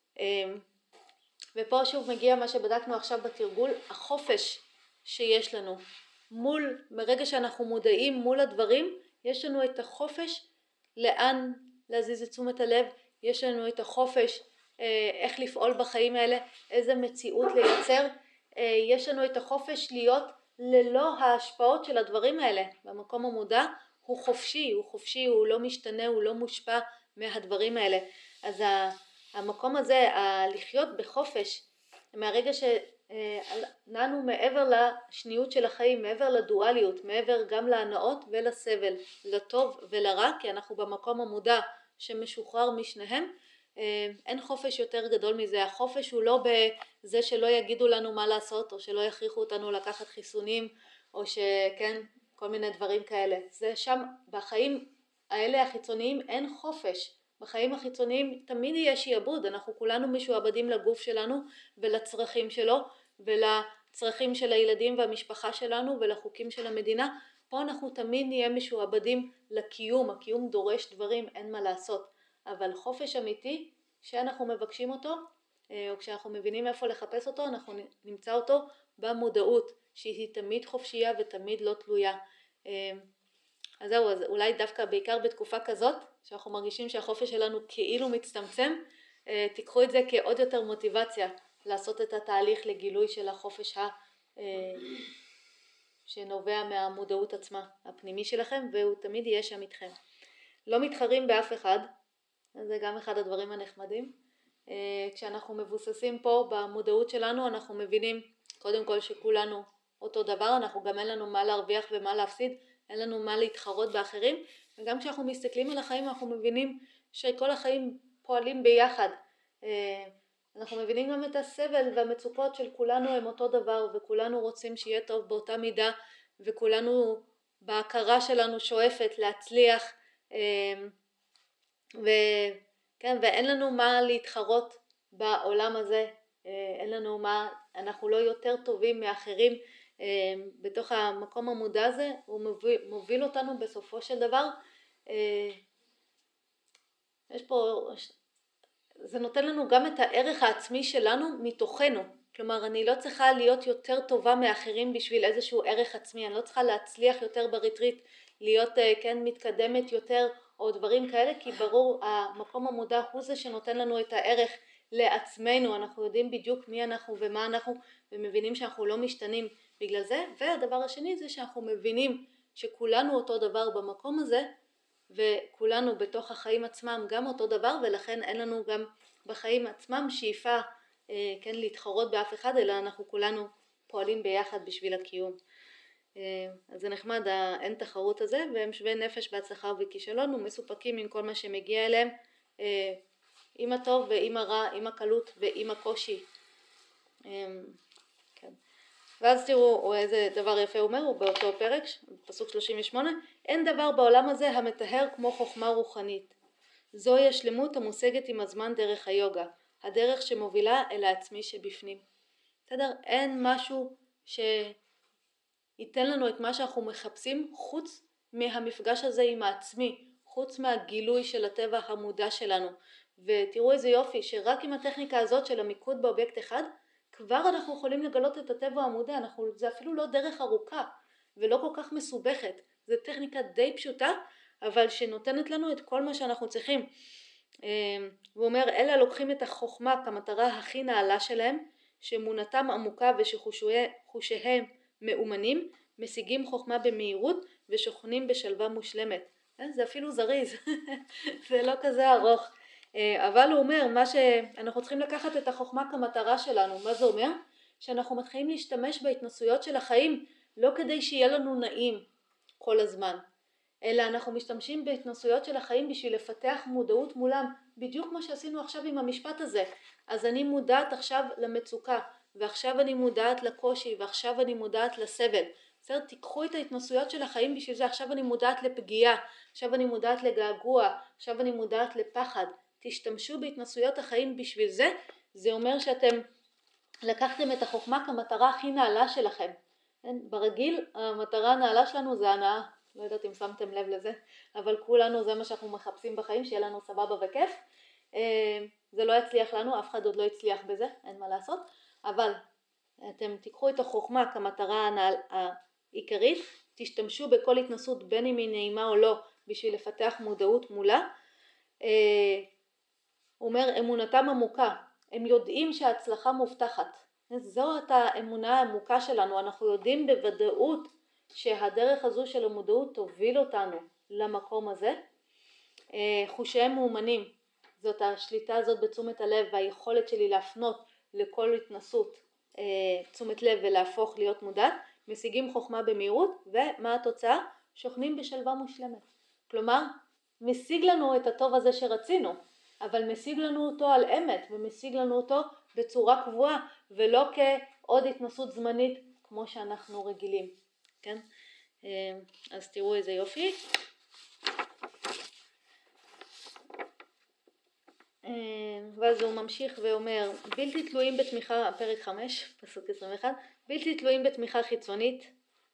Speaker 1: ופה שוב מגיע מה שבדקנו עכשיו בתרגול, החופש שיש לנו. מרגע שאנחנו מודעים מול הדברים, יש לנו את החופש לאן להזיז את תשומת הלב, יש לנו את החופש איך לפעול בחיים האלה, איזה מציאות לייצר, יש לנו את החופש להיות ללא ההשפעות של הדברים האלה. במקום המודע הוא חופשי, הוא לא משתנה, הוא לא מושפע מהדברים האלה. אז המקום הזה, לחיות בחופש, מהרגע שנענו מעבר לשניות של החיים, מעבר לדואליות, מעבר גם להנאות ולסבל, לטוב ולרע, כי אנחנו במקום המודע שמשוחרר משניהם, אין חופש יותר גדול מזה. החופש הוא לא בזה שלא יגידו לנו מה לעשות, או שלא יכריחו אותנו לקחת חיסונים, או שכן, כל מיני דברים כאלה. זה שם, בחיים האלה החיצוניים אין חופש. בחיים החיצוניים תמיד יש שיעבוד, אנחנו כולנו משועבדים לגוף שלנו ולצרכים שלו ולצרכים של הילדים והמשפחה שלנו ולחוקים של המדינה. פה אנחנו תמיד נהיה משועבדים לקיום, הקיום דורש דברים, אין מה לעשות. אבל חופש אמיתי שאנחנו מבקשים אותו, או כשאנחנו מבינים איפה לחפש אותו, אנחנו נמצא אותו במודעות שהיא תמיד חופשייה ותמיד לא תלויה. אז זהו, אז אולי דווקא בעיקר בתקופה כזאת, שאנחנו מרגישים שהחופש שלנו כאילו מצטמצם, תיקחו את זה כעוד יותר מוטיבציה לעשות את התהליך לגילוי של החופש שנובע מהמודעות עצמה, הפנימי שלכם, והוא תמיד יהיה שם איתכם. לא מתחרים באף אחד, זה גם אחד הדברים הנחמדים. כשאנחנו מבוססים פה במודעות שלנו, אנחנו מבינים קודם כל שכולנו אותו דבר, אנחנו גם אין לנו מה להרוויח ומה להפסיד, אין לנו מה להתחרות באחרים, וגם כשאנחנו מסתכלים על החיים אנחנו מבינים שכל החיים פועלים ביחד. אנחנו מבינים גם את הסבל והמצוקות של כולנו הם אותו דבר, וכולנו רוצים שיהיה טוב באותה מידה, וכולנו בהכרה שלנו שואפת להצליח, וכן, ואין לנו מה להתחרות בעולם הזה, אין לנו מה, אנחנו לא יותר טובים מאחרים. בתוך המקום המודע הזה הוא מוביל אותנו בסופו של דבר, יש פה, זה נותן לנו גם את הערך העצמי שלנו מתוכנו. כלומר, אני לא צריכה להיות יותר טובה מאחרים בשביל איזשהו ערך עצמי, אני לא צריכה להצליח יותר בריטריט, להיות כן מתקדמת יותר או דברים כאלה, כי ברור המקום המודע הוא זה שנותן לנו את הערך לעצמנו, אנחנו יודעים בדיוק מי אנחנו ומה אנחנו, ומבינים שאנחנו לא משתנים בגלל זה. והדבר השני זה שאנחנו מבינים שכולנו אותו דבר במקום הזה, וכולנו בתוך החיים עצמם גם אותו דבר, ולכן אין לנו גם בחיים עצמם שאיפה כן להתחרות באף אחד, אלא אנחנו כולנו פועלים ביחד בשביל הקיום. אז זה נחמד, אין תחרות הזה, והם שווי נפש בהצלחה ובכישלון, ומסופקים עם כל מה שמגיע אליהם, עם הטוב ועם הרע, עם הקלות ועם הקושי. כן. ואז תראו איזה דבר יפה הוא אומר, הוא באותו פרק, פסוק 38, אין דבר בעולם הזה המטהר כמו חוכמה רוחנית. זוהי השלמות המושגת עם הזמן דרך היוגה, הדרך שמובילה אל העצמי שבפנים. בסדר? אין משהו שייתן לנו את מה שאנחנו מחפשים חוץ מהמפגש הזה עם העצמי, חוץ מהגילוי של הטבע המודע שלנו. ותראו איזה יופי, שרק עם הטכניקה הזאת של המיקוד באובייקט אחד, כבר אנחנו יכולים לגלות את הטבע המודע. זה אפילו לא דרך ארוכה ולא כל כך מסובכת, זה טכניקה די פשוטה, אבל שנותנת לנו את כל מה שאנחנו צריכים. הוא אומר, אלה לוקחים את החוכמה כמטרה הכי נעלה שלהם, שאמונתם עמוקה ושחושיהם מאומנים, משיגים חוכמה במהירות ושוכנים בשלווה מושלמת. זה אפילו זריז, זה לא כזה ארוך. אבל הוא אומר, אנחנו צריכים לקחת את החוכמה כמטרה שלנו. מה זה אומר? שאנחנו מתחילים להשתמש בהתנסויות של החיים, לא כדי שיהיה לנו נעים כל הזמן, אלא אנחנו משתמשים בהתנסויות של החיים בשביל לפתח מודעות מולם, בדיוק כמו שעשינו עכשיו עם המשפט הזה. אז אני מודעת עכשיו למצוקה, ועכשיו אני מודעת לקושי, ועכשיו אני מודעת לסבל. בסדר, תיקחו את ההתנסויות של החיים בשביל זה. עכשיו אני מודעת לפגיעה, עכשיו אני מודעת לגעגוע, עכשיו אני מודעת לפחד. תשתמשו בהתנסויות החיים בשביל זה. זה אומר שאתם לקחתם את החוכמה כמטרה הכי נעלה שלכם. ברגיל המטרה הנעלה שלנו זה הנאה, לא יודעת אם שמתם לב לזה, אבל כולנו זה מה שאנחנו מחפשים בחיים, שיהיה לנו סבבה וכיף. זה לא יצליח לנו, אף אחד עוד לא הצליח בזה, אין מה לעשות, אבל אתם תיקחו את החוכמה כמטרה העיקרית, תשתמשו בכל התנסות בין אם היא נעימה או לא, בשביל לפתח מודעות מולה. הוא אומר, אמונתם עמוקה, הם יודעים שההצלחה מובטחת. זאת האמונה העמוקה שלנו, אנחנו יודעים בוודאות שהדרך הזו של המודעות תוביל אותנו למקום הזה. חושיהם מאומנים, זאת השליטה הזאת בתשומת הלב והיכולת שלי להפנות לכל התנסות תשומת לב ולהפוך להיות מודעת, משיגים חוכמה במהירות, ומה התוצאה? שוכנים בשלווה מושלמת. כלומר, משיג לנו את הטוב הזה שרצינו, אבל משיג לנו אותו על אמת, ומשיג לנו אותו בצורה קבועה, ולא כעוד התנסות זמנית כמו שאנחנו רגילים. כן? אז תראו איזה יופי. ואז הוא ממשיך ואומר, בלתי תלויים בתמיכה, פרק 5, פסוק 21, בלתי תלויים בתמיכה חיצונית,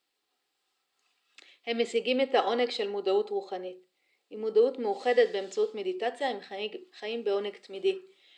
Speaker 1: הם משיגים את העונג של מודעות רוחנית. עם מודעות מאוחדת באמצעות מדיטציה, הם חיים בעונג תמידי.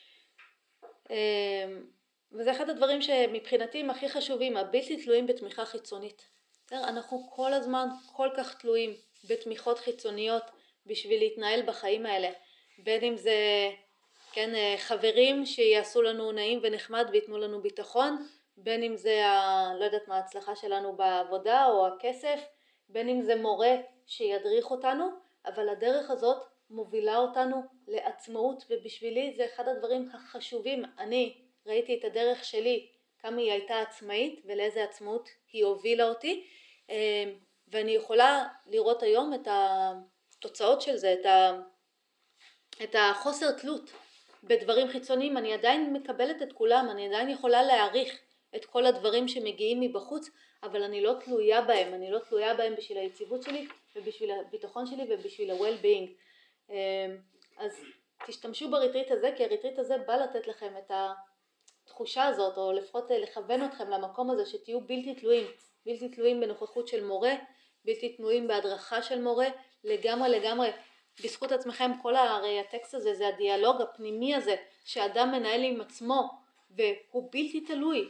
Speaker 1: וזה אחד הדברים שמבחינתי הם הכי חשובים, הבלתי תלויים בתמיכה חיצונית. אנחנו כל הזמן כל כך תלויים בתמיכות חיצוניות בשביל להתנהל בחיים האלה. בין אם זה כן, חברים שיעשו לנו נעים ונחמד ויתנו לנו ביטחון, בין אם זה לא יודעת מה ההצלחה שלנו בעבודה או הכסף, בין אם זה מורה שידריך אותנו, אבל הדרך הזאת מובילה אותנו לעצמאות, ובשבילי זה אחד הדברים החשובים. אני ראיתי את הדרך שלי, כמה היא הייתה עצמאית ולאיזה עצמאות היא הובילה אותי, ואני יכולה לראות היום את התוצאות של זה, את החוסר תלות בדברים חיצוניים. אני עדיין מקבלת את כולם, אני עדיין יכולה להעריך את כל הדברים שמגיעים מבחוץ, אבל אני לא תלויה בהם, אני לא תלויה בהם בשביל היציבות שלי ובשביל הביטחון שלי ובשביל ה-well-being. אז תשתמשו בריטריט הזה, כי הריטריט הזה בא לתת לכם את התחושה הזאת, או לפחות לכוון אתכם למקום הזה שתהיו בלתי תלויים, בלתי תלויים בנוכחות של מורה, בלתי תלויים בהדרכה של מורה, לגמרי בזכות עצמכם. כל הרי הטקסט הזה זה הדיאלוג הפנימי הזה שאדם מנהל עם עצמו, והוא בלתי תלוי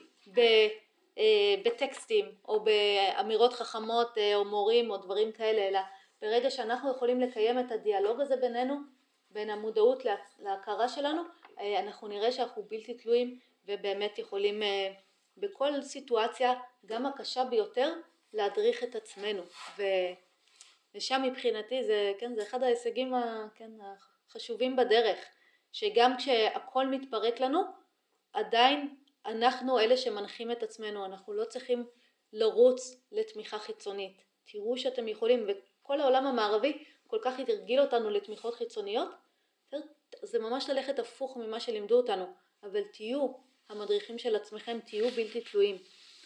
Speaker 1: בטקסטים או באמירות חכמות או מורים או דברים כאלה, אלא ברגע שאנחנו יכולים לקיים את הדיאלוג הזה בינינו, בין המודעות להכרה שלנו, אנחנו נראה שאנחנו בלתי תלויים ובאמת יכולים בכל סיטואציה, גם הקשה ביותר, להדריך את עצמנו. ושם מבחינתי זה, כן, זה אחד ההישגים החשובים בדרך, שגם כשהכל מתפרק לנו, עדיין אנחנו אלה שמנחים את עצמנו, אנחנו לא צריכים לרוץ לתמיכה חיצונית. תראו שאתם יכולים, וכל העולם המערבי כל כך התרגיל אותנו לתמיכות חיצוניות, זה ממש ללכת הפוך ממה שלימדו אותנו, אבל תהיו המדריכים של עצמכם, תהיו בלתי תלויים.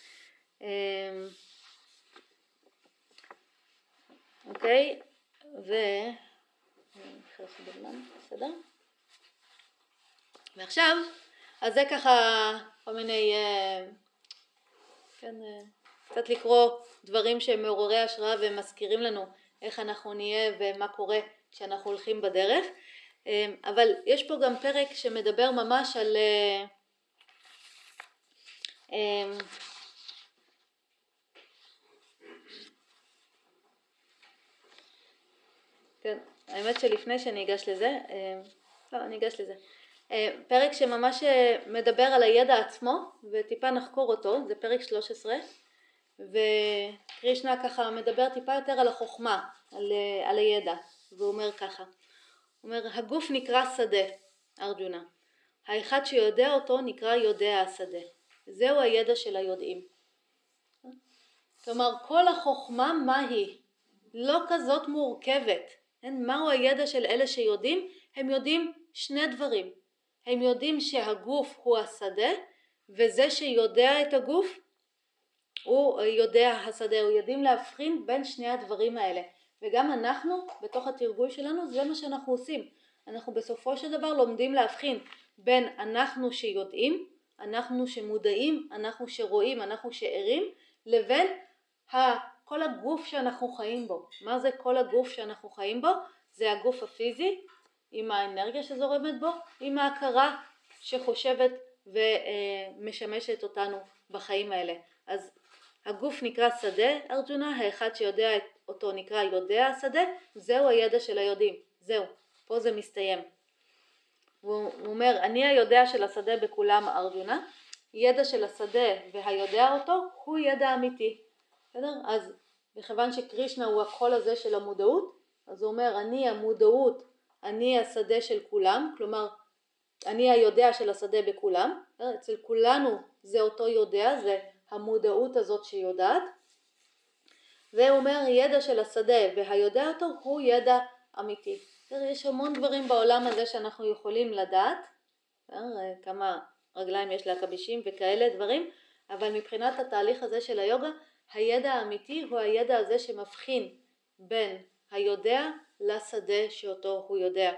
Speaker 1: אוקיי, בסדר? ועכשיו, אז זה ככה כל מיני, כן, קצת לקרוא דברים שהם מעוררי השראה ומזכירים לנו איך אנחנו נהיה ומה קורה כשאנחנו הולכים בדרך. אבל יש פה גם פרק שמדבר ממש על כן, האמת שלפני שאני אגש לזה, לא, אני אגש לזה. פרק שממש מדבר על הידע עצמו וטיפה נחקור אותו, זה פרק 13, וקרישנה ככה מדבר טיפה יותר על החוכמה, על הידע, והוא אומר ככה, הוא אומר הגוף נקרא שדה, ארג'ונה, האחד שיודע אותו נקרא יודע השדה, זהו הידע של היודעים. כלומר כל החוכמה מה היא? לא כזאת מורכבת. מהו הידע של אלה שיודעים? הם יודעים שני דברים. הם יודעים שהגוף הוא השדה, וזה שיודע את הגוף הוא יודע השדה. הוא יודעים להבחין בין שני הדברים האלה. וגם אנחנו בתוך התרגול שלנו זה מה שאנחנו עושים. אנחנו בסופו של דבר לומדים להבחין בין אנחנו שיודעים, אנחנו שמודעים, אנחנו שרואים, אנחנו שערים, לבין כל הגוף שאנחנו חיים בו. מה זה כל הגוף שאנחנו חיים בו? זה הגוף הפיזי, עם האנרגיה שזורמת בו, עם ההכרה שחושבת ומשמשת אותנו בחיים האלה. אז הגוף נקרא שדה, ארג'ונה, האחד שיודע אותו נקרא יודע השדה, זהו הידע של היודעים, זהו, פה זה מסתיים. הוא אומר, אני היודע של השדה בכולם, ארג'ונה, ידע של השדה והיודע אותו הוא ידע אמיתי. בסדר? אז מכיוון שקרישנה הוא הקול הזה של המודעות, אז הוא אומר, אני המודעות, אני השדה של כולם, כלומר, אני היודע של השדה בכולם, אצל כולנו זה אותו יודע, זה המודעות הזאת שיודעת, והוא אומר, ידע של השדה והיודע אותו הוא ידע אמיתי. יש המון דברים בעולם הזה שאנחנו יכולים לדעת, כמה רגליים יש לעכבישים וכאלה דברים, אבל מבחינת התהליך הזה של היוגה, הידע האמיתי הוא הידע הזה שמבחין בין היודע לשדה שאותו הוא יודע.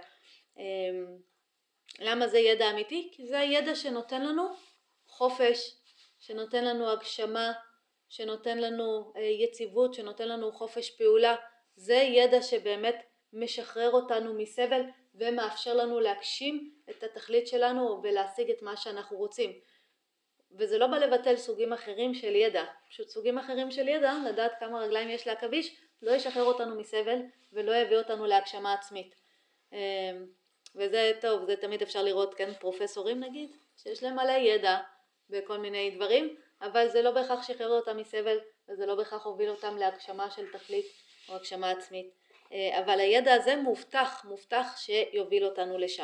Speaker 1: למה זה ידע אמיתי? כי זה הידע שנותן לנו חופש, שנותן לנו הגשמה, שנותן לנו יציבות, שנותן לנו חופש פעולה. זה ידע שבאמת משחרר אותנו מסבל ומאפשר לנו להגשים את התכלית שלנו ולהשיג את מה שאנחנו רוצים. וזה לא בא לבטל סוגים אחרים של ידע, פשוט סוגים אחרים של ידע, לדעת כמה רגליים יש לעכביש, לא ישחרר אותנו מסבל ולא יביא אותנו להגשמה עצמית. וזה טוב, זה תמיד אפשר לראות, כן, פרופסורים נגיד, שיש להם מלא ידע בכל מיני דברים, אבל זה לא בהכרח שחרר אותם מסבל, וזה לא בהכרח הוביל אותם להגשמה של תכלית או הגשמה עצמית. אבל הידע הזה מובטח שיוביל אותנו לשם.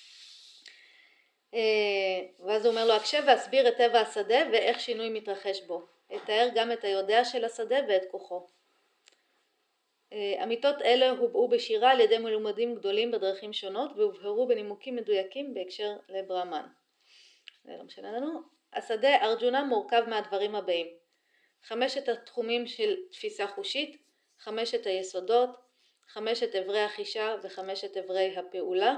Speaker 1: ואז הוא אומר לו, הקשב והסביר את טבע השדה ואיך שינוי מתרחש בו. אתאר גם את היודע של השדה ואת כוחו. אמיתות אלה הובאו בשירה על ידי מלומדים גדולים בדרכים שונות והובהרו בנימוקים מדויקים בהקשר לברהמן. זה לא משנה לנו. השדה ארג'ונה מורכב מהדברים הבאים. 5 התחומים של תפיסה חושית, 5 היסודות, 5 אברי החישה ו5 אברי הפעולה,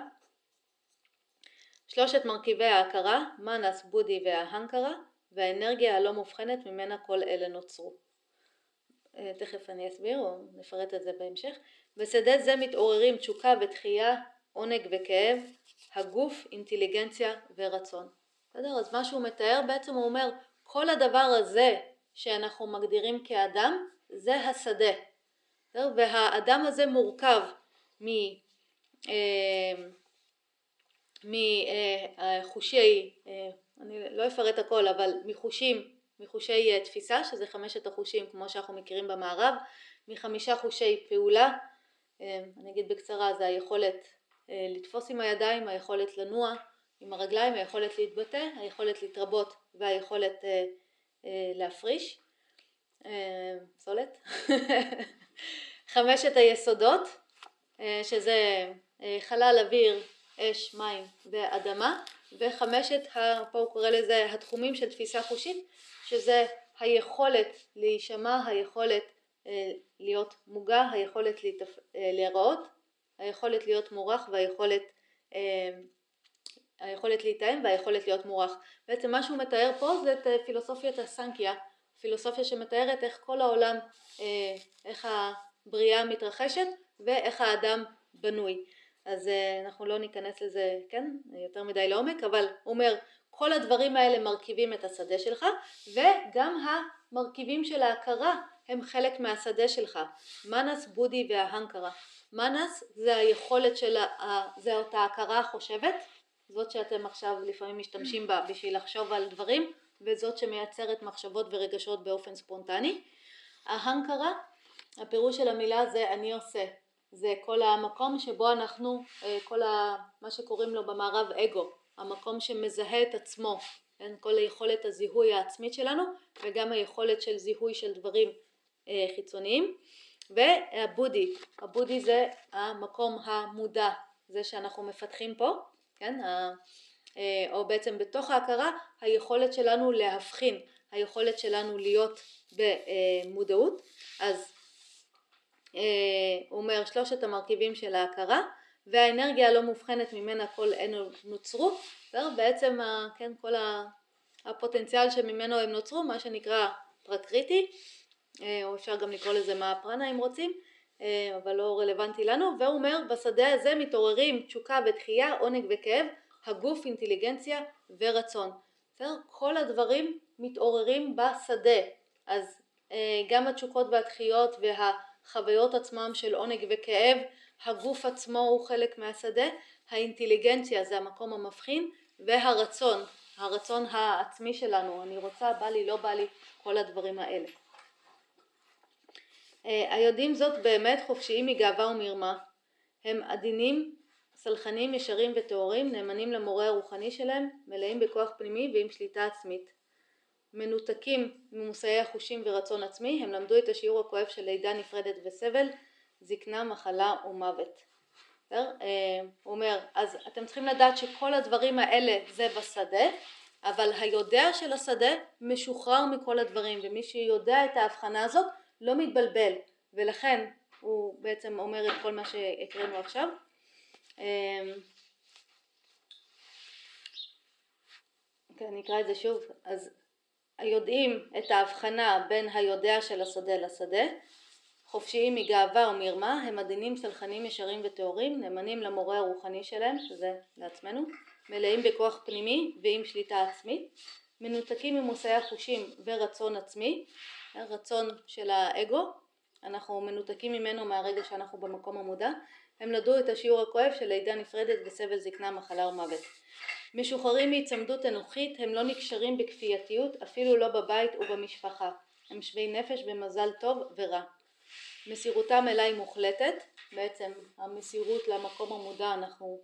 Speaker 1: 3 מרכיבי ההכרה, מנס, בודי וההנקרה, והאנרגיה הלא מובחנת ממנה כל אלה נוצרו. תכף אני אסביר או נפרט את זה בהמשך. בשדה זה מתעוררים תשוקה ותחייה, עונג וכאב, הגוף, אינטליגנציה ורצון. בסדר? אז מה שהוא מתאר בעצם הוא אומר, כל הדבר הזה שאנחנו מגדירים כאדם, זה השדה. בסדר? והאדם הזה מורכב מחושי, אני לא אפרט הכל, אבל מחושי תפיסה, שזה 5 החושים כמו שאנחנו מכירים במערב, מ5 חושי פעולה, אני אגיד בקצרה, זה היכולת לתפוס עם הידיים, היכולת לנוע עם הרגליים, היכולת להתבטא, היכולת להתרבות והיכולת להפריש, סולת. 5 היסודות, שזה חלל, אוויר, אש, מים ואדמה, ו5 פה הוא קורא לזה התחומים של תפיסה חושית, שזה היכולת להישמע, היכולת להיות מוגע, היכולת להיראות, היכולת להיות מורח והיכולת להתאם והיכולת להיות מורח. בעצם מה שהוא מתאר פה זה את פילוסופיית הסנקיה, פילוסופיה שמתארת איך כל העולם, איך הבריאה מתרחשת ואיך האדם בנוי. אז אנחנו לא ניכנס לזה, כן, יותר מדי לעומק, אבל הוא אומר, כל הדברים האלה מרכיבים את השדה שלך, וגם המרכיבים של ההכרה הם חלק מהשדה שלך. מנס, בודי וההנקרה. מנס זה היכולת של, זה אותה הכרה החושבת, זאת שאתם עכשיו לפעמים משתמשים בה בשביל לחשוב על דברים, וזאת שמייצרת מחשבות ורגשות באופן ספונטני. ההנקרה, הפירוש של המילה זה אני עושה, זה כל המקום שבו אנחנו, מה שקוראים לו במערב אגו, המקום שמזהה את עצמו, כל היכולת הזיהוי העצמית שלנו, וגם היכולת של זיהוי של דברים חיצוניים. והבודי, הבודי זה המקום המודע, זה שאנחנו מפתחים פה, כן? או בעצם בתוך ההכרה, היכולת שלנו להבחין, היכולת שלנו להיות במודעות. אז הוא אומר 3 המרכיבים של ההכרה, והאנרגיה הלא מובחנת ממנה כל אלו נוצרו, בעצם כן, כל הפוטנציאל שממנו הם נוצרו, מה שנקרא פרקריטי, או אפשר גם לקרוא לזה מהפרנה אם רוצים, אבל לא רלוונטי לנו. והוא אומר בשדה הזה מתעוררים תשוקה ותחייה, עונג וכאב, הגוף, אינטליגנציה ורצון. כל הדברים מתעוררים בשדה, אז גם התשוקות והתחיות והחוויות עצמם של עונג וכאב, הגוף עצמו הוא חלק מהשדה, האינטליגנציה זה המקום המבחין, והרצון, הרצון העצמי שלנו, אני רוצה, בא לי, לא בא לי, כל הדברים האלה. היודעים זאת באמת חופשיים מגאווה ומרמה, הם עדינים, סלחנים, ישרים וטהורים, נאמנים למורה הרוחני שלהם, מלאים בכוח פנימי ועם שליטה עצמית. מנותקים ממושאי החושים ורצון עצמי, הם למדו את השיעור הכואב של לידה נפרדת וסבל, זקנה, מחלה ומוות. הוא אומר, אז אתם צריכים לדעת שכל הדברים האלה זה בשדה, אבל היודע של השדה משוחרר מכל הדברים, ומי שיודע את ההבחנה הזאת לא מתבלבל, ולכן הוא בעצם אומר את כל מה שהקראנו עכשיו. אני אקרא את זה שוב. אז היודעים את ההבחנה בין היודע של השדה לשדה, חופשיים מגאווה ומרמה, הם עדינים, סלחנים, ישרים וטהורים, נאמנים למורה הרוחני שלהם, שזה לעצמנו, מלאים בכוח פנימי ועם שליטה עצמית, מנותקים ממושאי החושים ורצון עצמי, רצון של האגו, אנחנו מנותקים ממנו מהרגע שאנחנו במקום המודע, הם למדו את השיעור הכואב של לידה נפרדת וסבל, זקנה, מחלה ומוות. משוחררים מהצמדות אנוכית, הם לא נקשרים בכפייתיות, אפילו לא בבית ובמשפחה, הם שווי נפש במזל טוב ורע. מסירותם אליי מוחלטת, בעצם המסירות למקום המודע אנחנו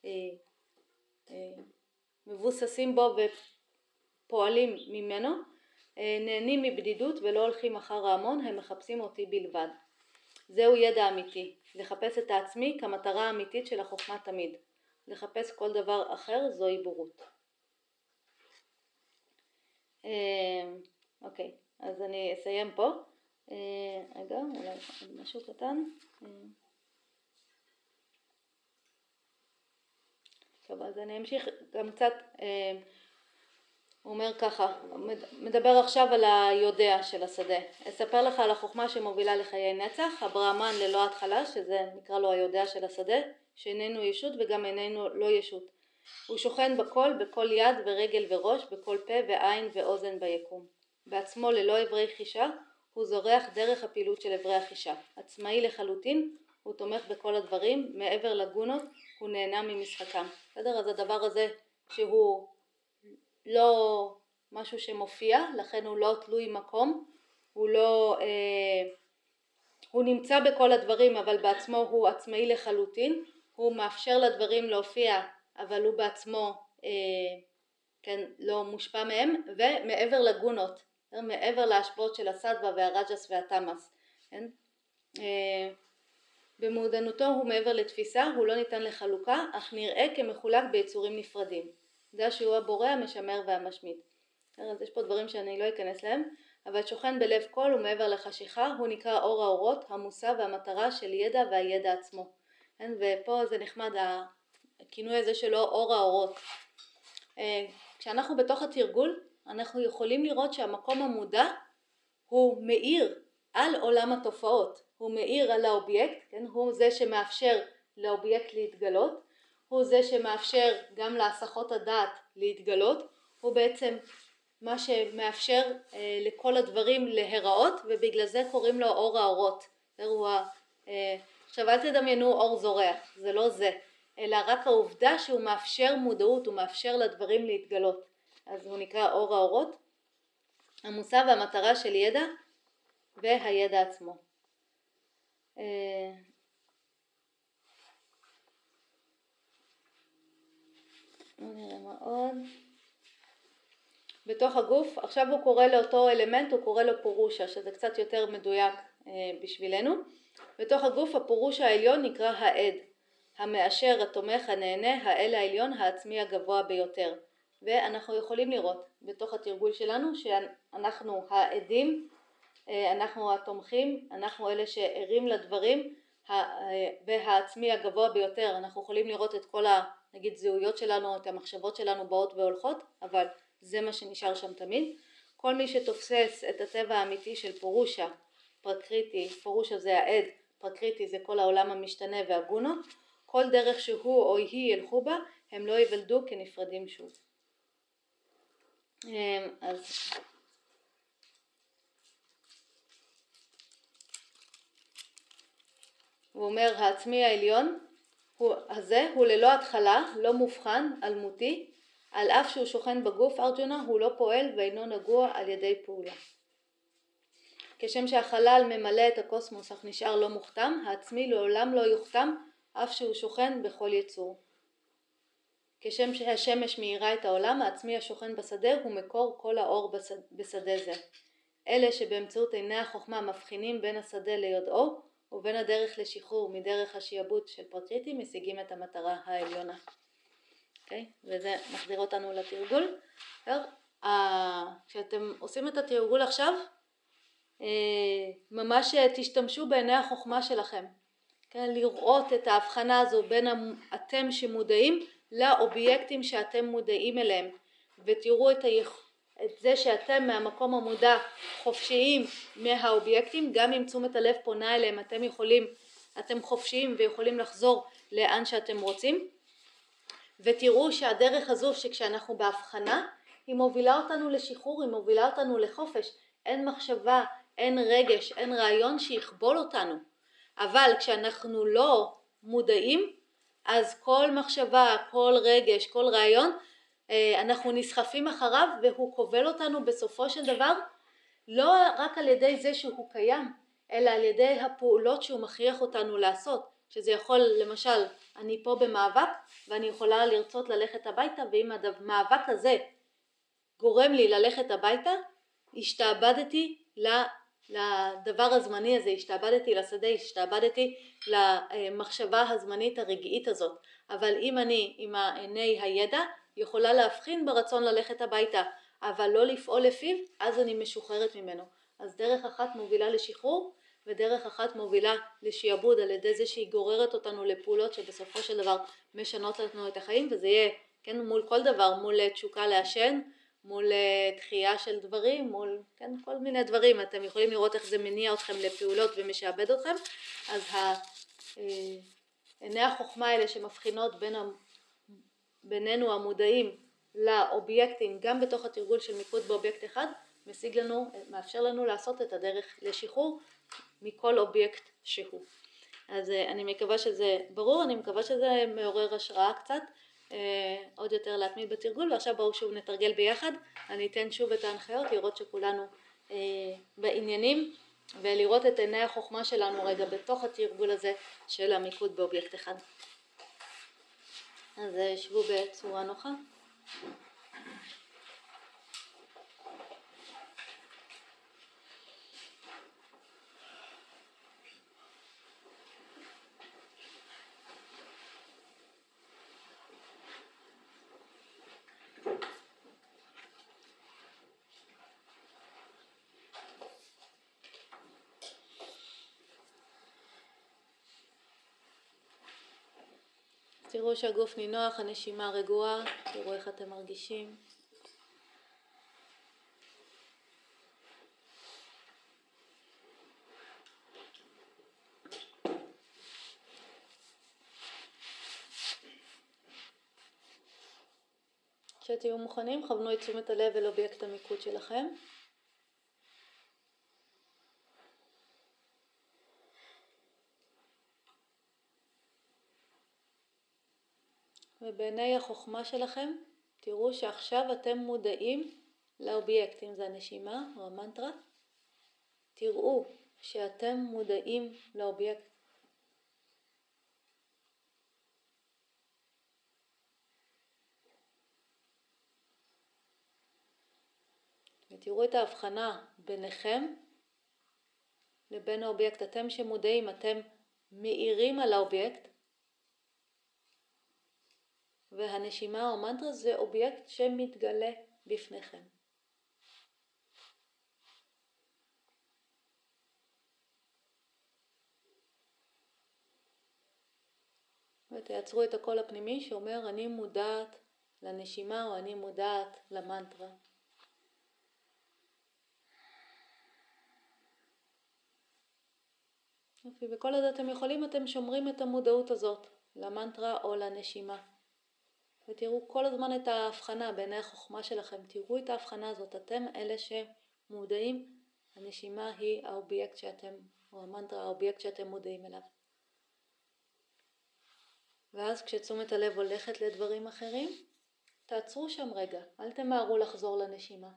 Speaker 1: מבוססים בו ופועלים ממנו, נהנים מבדידות ולא הולכים אחר ההמון, הם מחפשים אותי בלבד. זהו ידע אמיתי, לחפש את העצמי כמטרה האמיתית של החוכמה תמיד, לחפש כל דבר אחר זוהי בורות. אוקיי, אז אני אסיים פה. רגע, אולי משהו קטן. טוב, אז אני אמשיך גם קצת. הוא אומר ככה, מדבר עכשיו על היודע של השדה. אספר לך על החוכמה שמובילה לחיי נצח, הברהמן ללא התחלה, שזה נקרא לו היודע של השדה, שאיננו ישות וגם איננו לא ישות. הוא שוכן בכל, בכל יד ורגל וראש, בכל פה ועין ואוזן ביקום. בעצמו ללא עברי חישה, הוא זורח דרך הפעילות של עברי החישה. עצמאי לחלוטין, הוא תומך בכל הדברים, מעבר לגונות, הוא נהנה ממשחקם. בסדר? אז הדבר הזה שהוא לא משהו שמופיע, לכן הוא לא תלוי מקום, הוא נמצא בכל הדברים, אבל בעצמו הוא עצמאי לחלוטין, הוא מאפשר לדברים להופיע, אבל הוא בעצמו כן, לא מושפע מהם, ומעבר לגונות, מעבר להשפעות של הסטווה והרג'ס והתמאס, כן? במודענותו הוא מעבר לתפיסה, הוא לא ניתן לחלוקה, אך נראה כמחולק ביצורים נפרדים. זה שהוא הבורא, המשמר והמשמיד. אז יש פה דברים שאני לא אכנס להם, אבל שוכן בלב כל ומעבר לחשיכה, הוא נקרא אור האורות, המושא והמטרה של ידע והידע עצמו. ופה זה נחמד, הכינוי הזה שלו אור האורות. כשאנחנו בתוך התרגול, אנחנו יכולים לראות שהמקום המודע הוא מאיר על עולם התופעות, הוא מאיר על האובייקט, כן? הוא זה שמאפשר לאובייקט להתגלות, הוא זה שמאפשר גם להסחות הדעת להתגלות, הוא בעצם מה שמאפשר לכל הדברים להיראות, ובגלל זה קוראים לו אור האורות. עכשיו אל תדמיינו אור זורח, זה לא זה, אלא רק העובדה שהוא מאפשר מודעות, הוא מאפשר לדברים להתגלות. אז הוא נקרא אור האורות, המושא והמטרה של ידע והידע עצמו. נראה מה עוד. בתוך הגוף, עכשיו הוא קורא לאותו אלמנט, הוא קורא לו פורושה, שזה קצת יותר מדויק בשבילנו. בתוך הגוף הפורושה העליון נקרא העד, המאשר, התומך, הנהנה, האל העליון, העצמי הגבוה ביותר. ואנחנו יכולים לראות בתוך התרגול שלנו שאנחנו העדים, אנחנו התומכים, אנחנו אלה שערים לדברים, והעצמי הגבוה ביותר. אנחנו יכולים לראות את כל נגיד זהויות שלנו, את המחשבות שלנו באות והולכות, אבל זה מה שנשאר שם תמיד. כל מי שתופסס את הטבע האמיתי של פורושה, פרקריטי, פורושה זה העד, פרקריטי זה כל העולם המשתנה והגונות, כל דרך שהוא או היא ילכו בה, הם לא יוולדו כנפרדים שוב. אז הוא אומר, העצמי העליון הזה הוא ללא התחלה, לא מובחן, אלמותי, על אף שהוא שוכן בגוף ארג'ונה, הוא לא פועל ואינו נגוע על ידי פעולה. כשם שהחלל ממלא את הקוסמוס אך נשאר לא מוכתם, העצמי לעולם לא יוכתם, אף שהוא שוכן בכל יצור. כשם שהשמש מאירה את העולם, העצמי השוכן בשדה הוא מקור כל האור בשדה זה. אלה שבאמצעות עיני החוכמה מבחינים בין השדה ליודעו, ובין הדרך לשחרור מדרך השיעבוד של פרקריטי, משיגים את המטרה העליונה. וזה מחזיר אותנו לתרגול. כשאתם עושים את התרגול עכשיו, ממש תשתמשו בעיני החוכמה שלכם. לראות את ההבחנה הזו בין אתם שמודעים לאובייקטים שאתם מודעים אליהם, ותראו את זה שאתם מהמקום המודע חופשיים מהאובייקטים, גם אם תשומת הלב פונה אליהם, אתם חופשיים ויכולים לחזור לאן שאתם רוצים. ותראו שהדרך הזו שכשאנחנו בהבחנה, היא מובילה אותנו לשחרור, היא מובילה אותנו לחופש. אין מחשבה, אין רגש, אין רעיון שיכבול אותנו. אבל כשאנחנו לא מודעים, אז כל מחשבה, כל רגש, כל רעיון, אנחנו נסחפים אחריו והוא כובל אותנו בסופו של דבר, לא רק על ידי זה שהוא קיים, אלא על ידי הפעולות שהוא מכריח אותנו לעשות. שזה יכול, למשל, אני פה במאבק ואני יכולה לרצות ללכת הביתה, ואם המאבק הזה גורם לי ללכת הביתה, השתעבדתי לדבר הזמני הזה, השתעבדתי לשדה, השתעבדתי למחשבה הזמנית הרגעית הזאת. אבל אם אני עם עיני הידע יכולה להבחין ברצון ללכת הביתה, אבל לא לפעול לפיו, אז אני משוחררת ממנו. אז דרך אחת מובילה לשחרור, ודרך אחת מובילה לשיעבוד על ידי זה שהיא גוררת אותנו לפעולות שבסופו של דבר משנות לנו את החיים, וזה יהיה מול כל דבר, מול תשוקה לעשן, מול דחייה של דברים, מול כל מיני דברים. אתם יכולים לראות איך זה מניע אתכם לפעולות ומשעבד אתכם. אז עיני החוכמה האלה שמבחינות בינינו המודעים לאובייקטים, גם בתוך התרגול של מיקוד באובייקט אחד, מאפשר לנו לעשות את הדרך לשחרור מכל אובייקט שהוא. אז אני מקווה שזה ברור, אני מקווה שזה מעורר השראה קצת, עוד יותר להתמיד בתרגול. ועכשיו בואו שוב נתרגל ביחד. אני אתן שוב את ההנחיות, לראות שכולנו בעניינים, ולראות את עיני החוכמה שלנו רגע בתוך התרגול הזה של המיקוד באובייקט אחד. אז שבו בצורה נוחה. תראו שהגוף נינוח, הנשימה רגועה, תראו איך אתם מרגישים. כשתהיו מוכנים, כוונו את תשומת הלב אל אובייקט המיקוד שלכם. ובעיני החוכמה שלכם תראו שעכשיו אתם מודעים לאובייקט, אם זה הנשימה או המנטרה. תראו שאתם מודעים לאובייקט. ותראו את ההבחנה ביניכם לבין האובייקט. אתם שמודעים, אתם מאירים על האובייקט, והנשימה או המנטרה זה אובייקט שמתגלה בפניכם. ותייצרו את הקול הפנימי שאומר אני מודעת לנשימה או אני מודעת למנטרה. וכל עוד אתם יכולים, אתם שומרים את המודעות הזאת למנטרה או לנשימה. ותראו כל הזמן את ההבחנה בעיני החוכמה שלכם. תראו את ההבחנה הזאת. אתם אלה שמודעים. הנשימה היא האובייקט שאתם, או המנטרה האובייקט שאתם מודעים אליו. ואז כשתשומת הלב הולכת לדברים אחרים, תעצרו שם רגע. אל תמהרו לחזור לנשימה.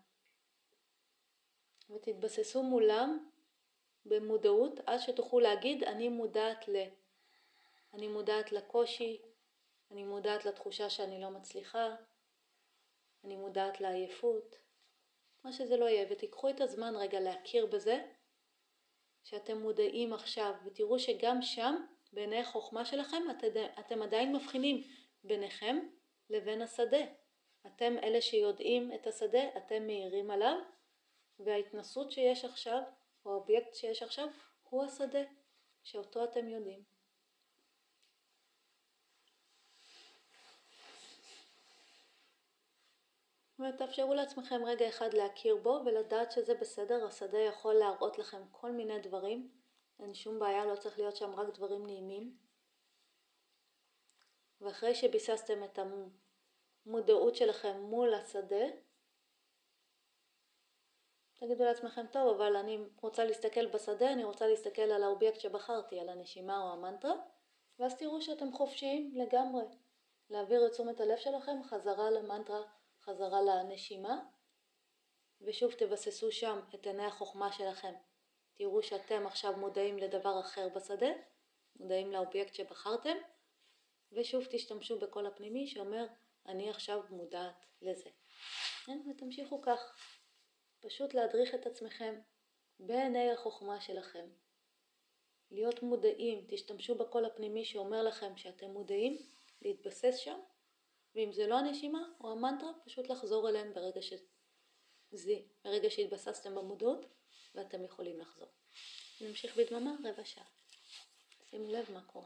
Speaker 1: ותתבססו מולם במודעות עד שתוכלו להגיד אני מודעת אני מודעת לקושי, אני מודעת לתחושה שאני לא מצליחה, אני מודעת לעייפות, מה שזה לא יהיה. ותיקחו את הזמן רגע להכיר בזה שאתם מודעים עכשיו, ותראו שגם שם בעיני החוכמה שלכם אתם עדיין מבחינים ביניכם לבין השדה. אתם אלה שיודעים את השדה, אתם מאירים עליו, וההתנסות שיש עכשיו, או האובייקט שיש עכשיו, הוא השדה שאותו אתם יודעים. ותאפשרו לעצמכם רגע אחד להכיר בו ולדעת שזה בסדר. השדה יכול להראות לכם כל מיני דברים, אין שום בעיה, לא צריך להיות שם רק דברים נעימים. ואחרי שביססתם את המודעות שלכם מול השדה, תגידו לעצמכם, טוב, אבל אני רוצה להסתכל בשדה, אני רוצה להסתכל על האובייקט שבחרתי, על הנשימה או המנטרה, ואז תראו שאתם חופשיים לגמרי להעביר את תשומת הלב שלכם חזרה למנטרה, חזרה לנשימה, ושוב תבססו שם את עיני החוכמה שלכם. תראו שאתם עכשיו מודעים לדבר אחר בשדה, מודעים לאובייקט שבחרתם, ושוב תשתמשו בקול הפנימי שאומר, אני עכשיו מודעת לזה. ותמשיכו כך, פשוט להדריך את עצמכם בעיני החוכמה שלכם. להיות מודעים, תשתמשו בקול הפנימי שאומר לכם שאתם מודעים, להתבסס שם, ואם זה לא הנשימה או המנטרה, פשוט לחזור אליהם ברגע שהתבססתם במודעות, ואתם יכולים לחזור. נמשיך בדממה רבע שעה. שימו לב מה קורה.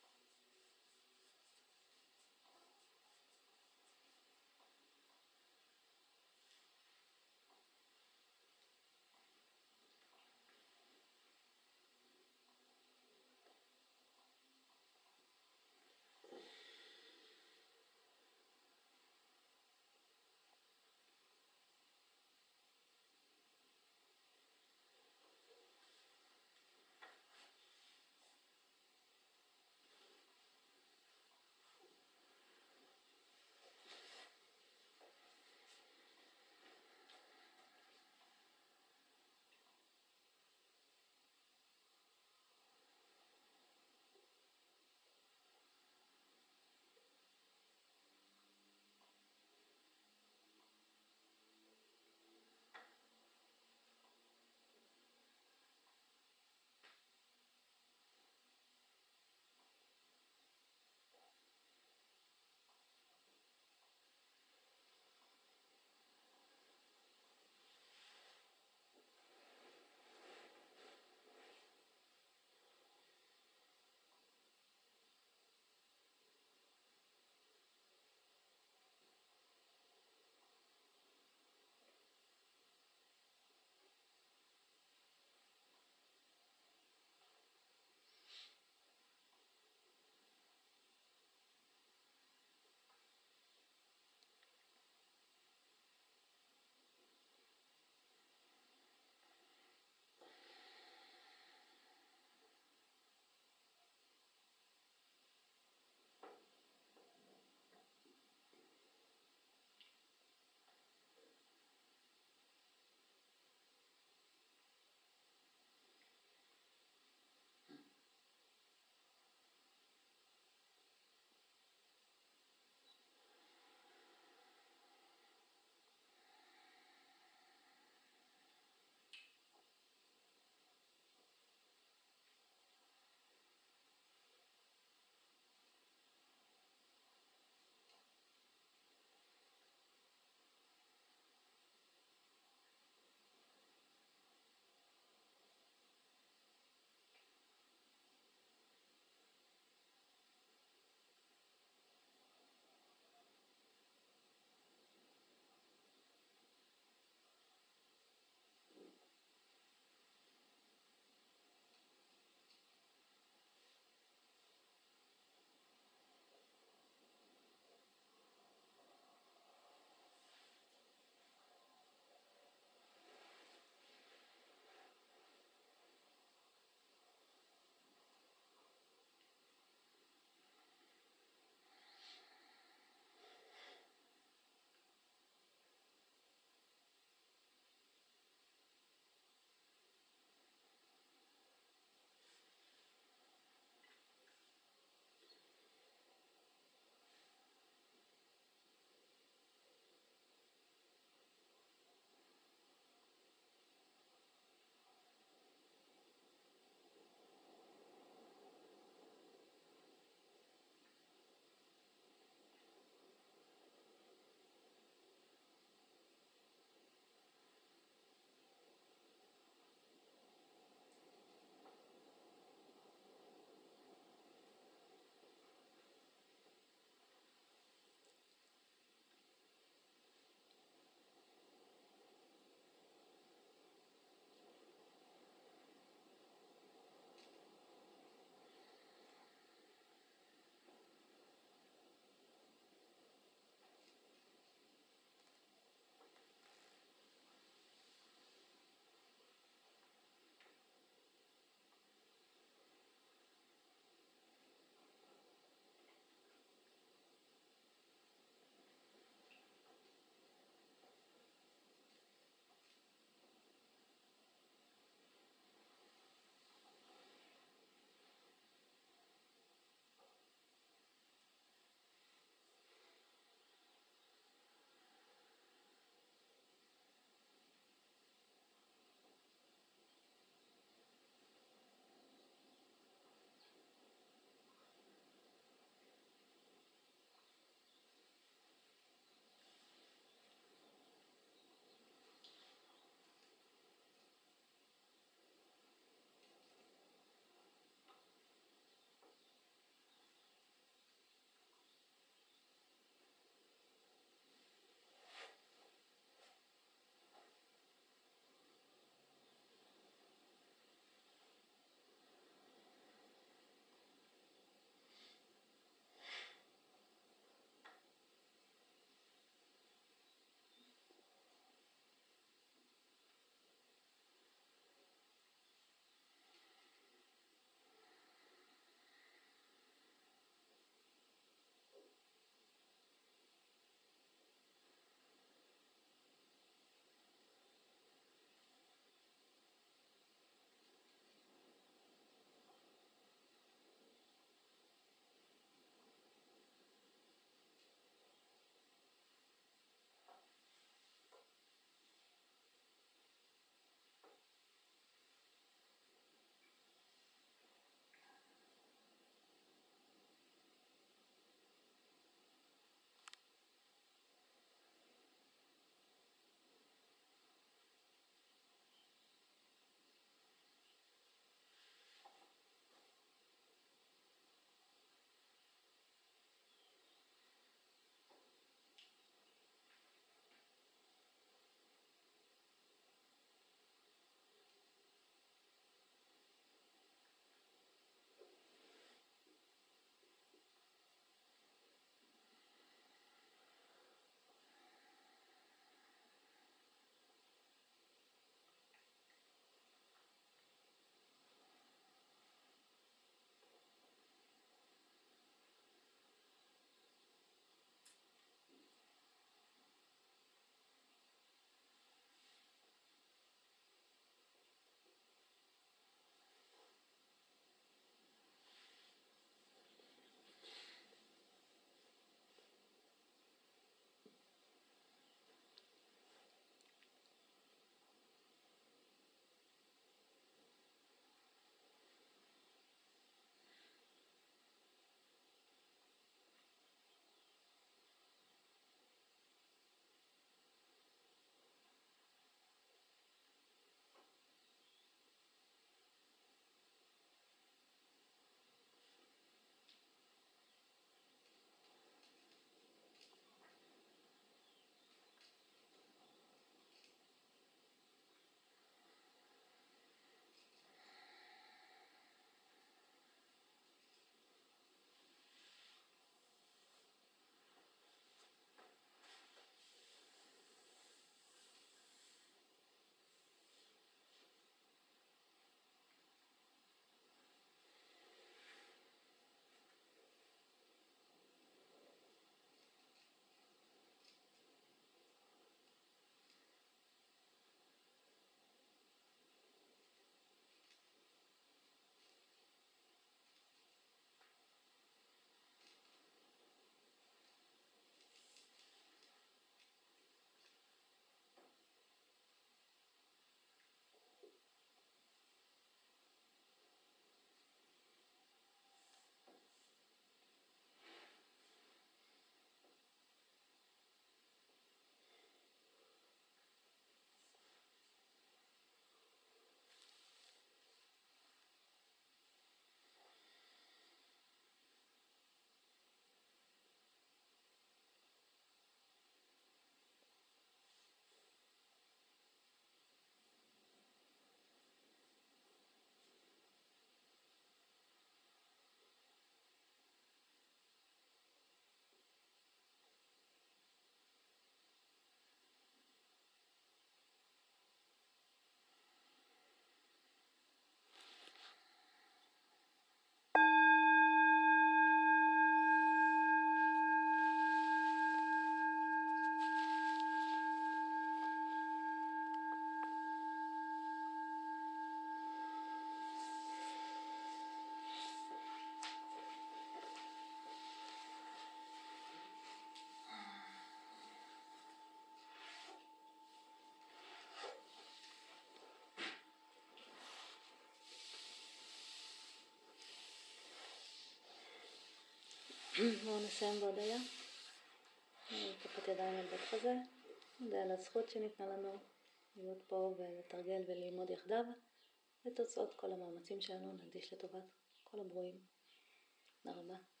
Speaker 1: בואו נסיים בהודיה. כפות ידיים על בית חזה. נודה על הזכות שניתנה לנו להיות פה ולתרגל וללמוד יחדיו. ותוצאות כל המאמצים שלנו נקדיש לטובת כל הברואים. תודה רבה.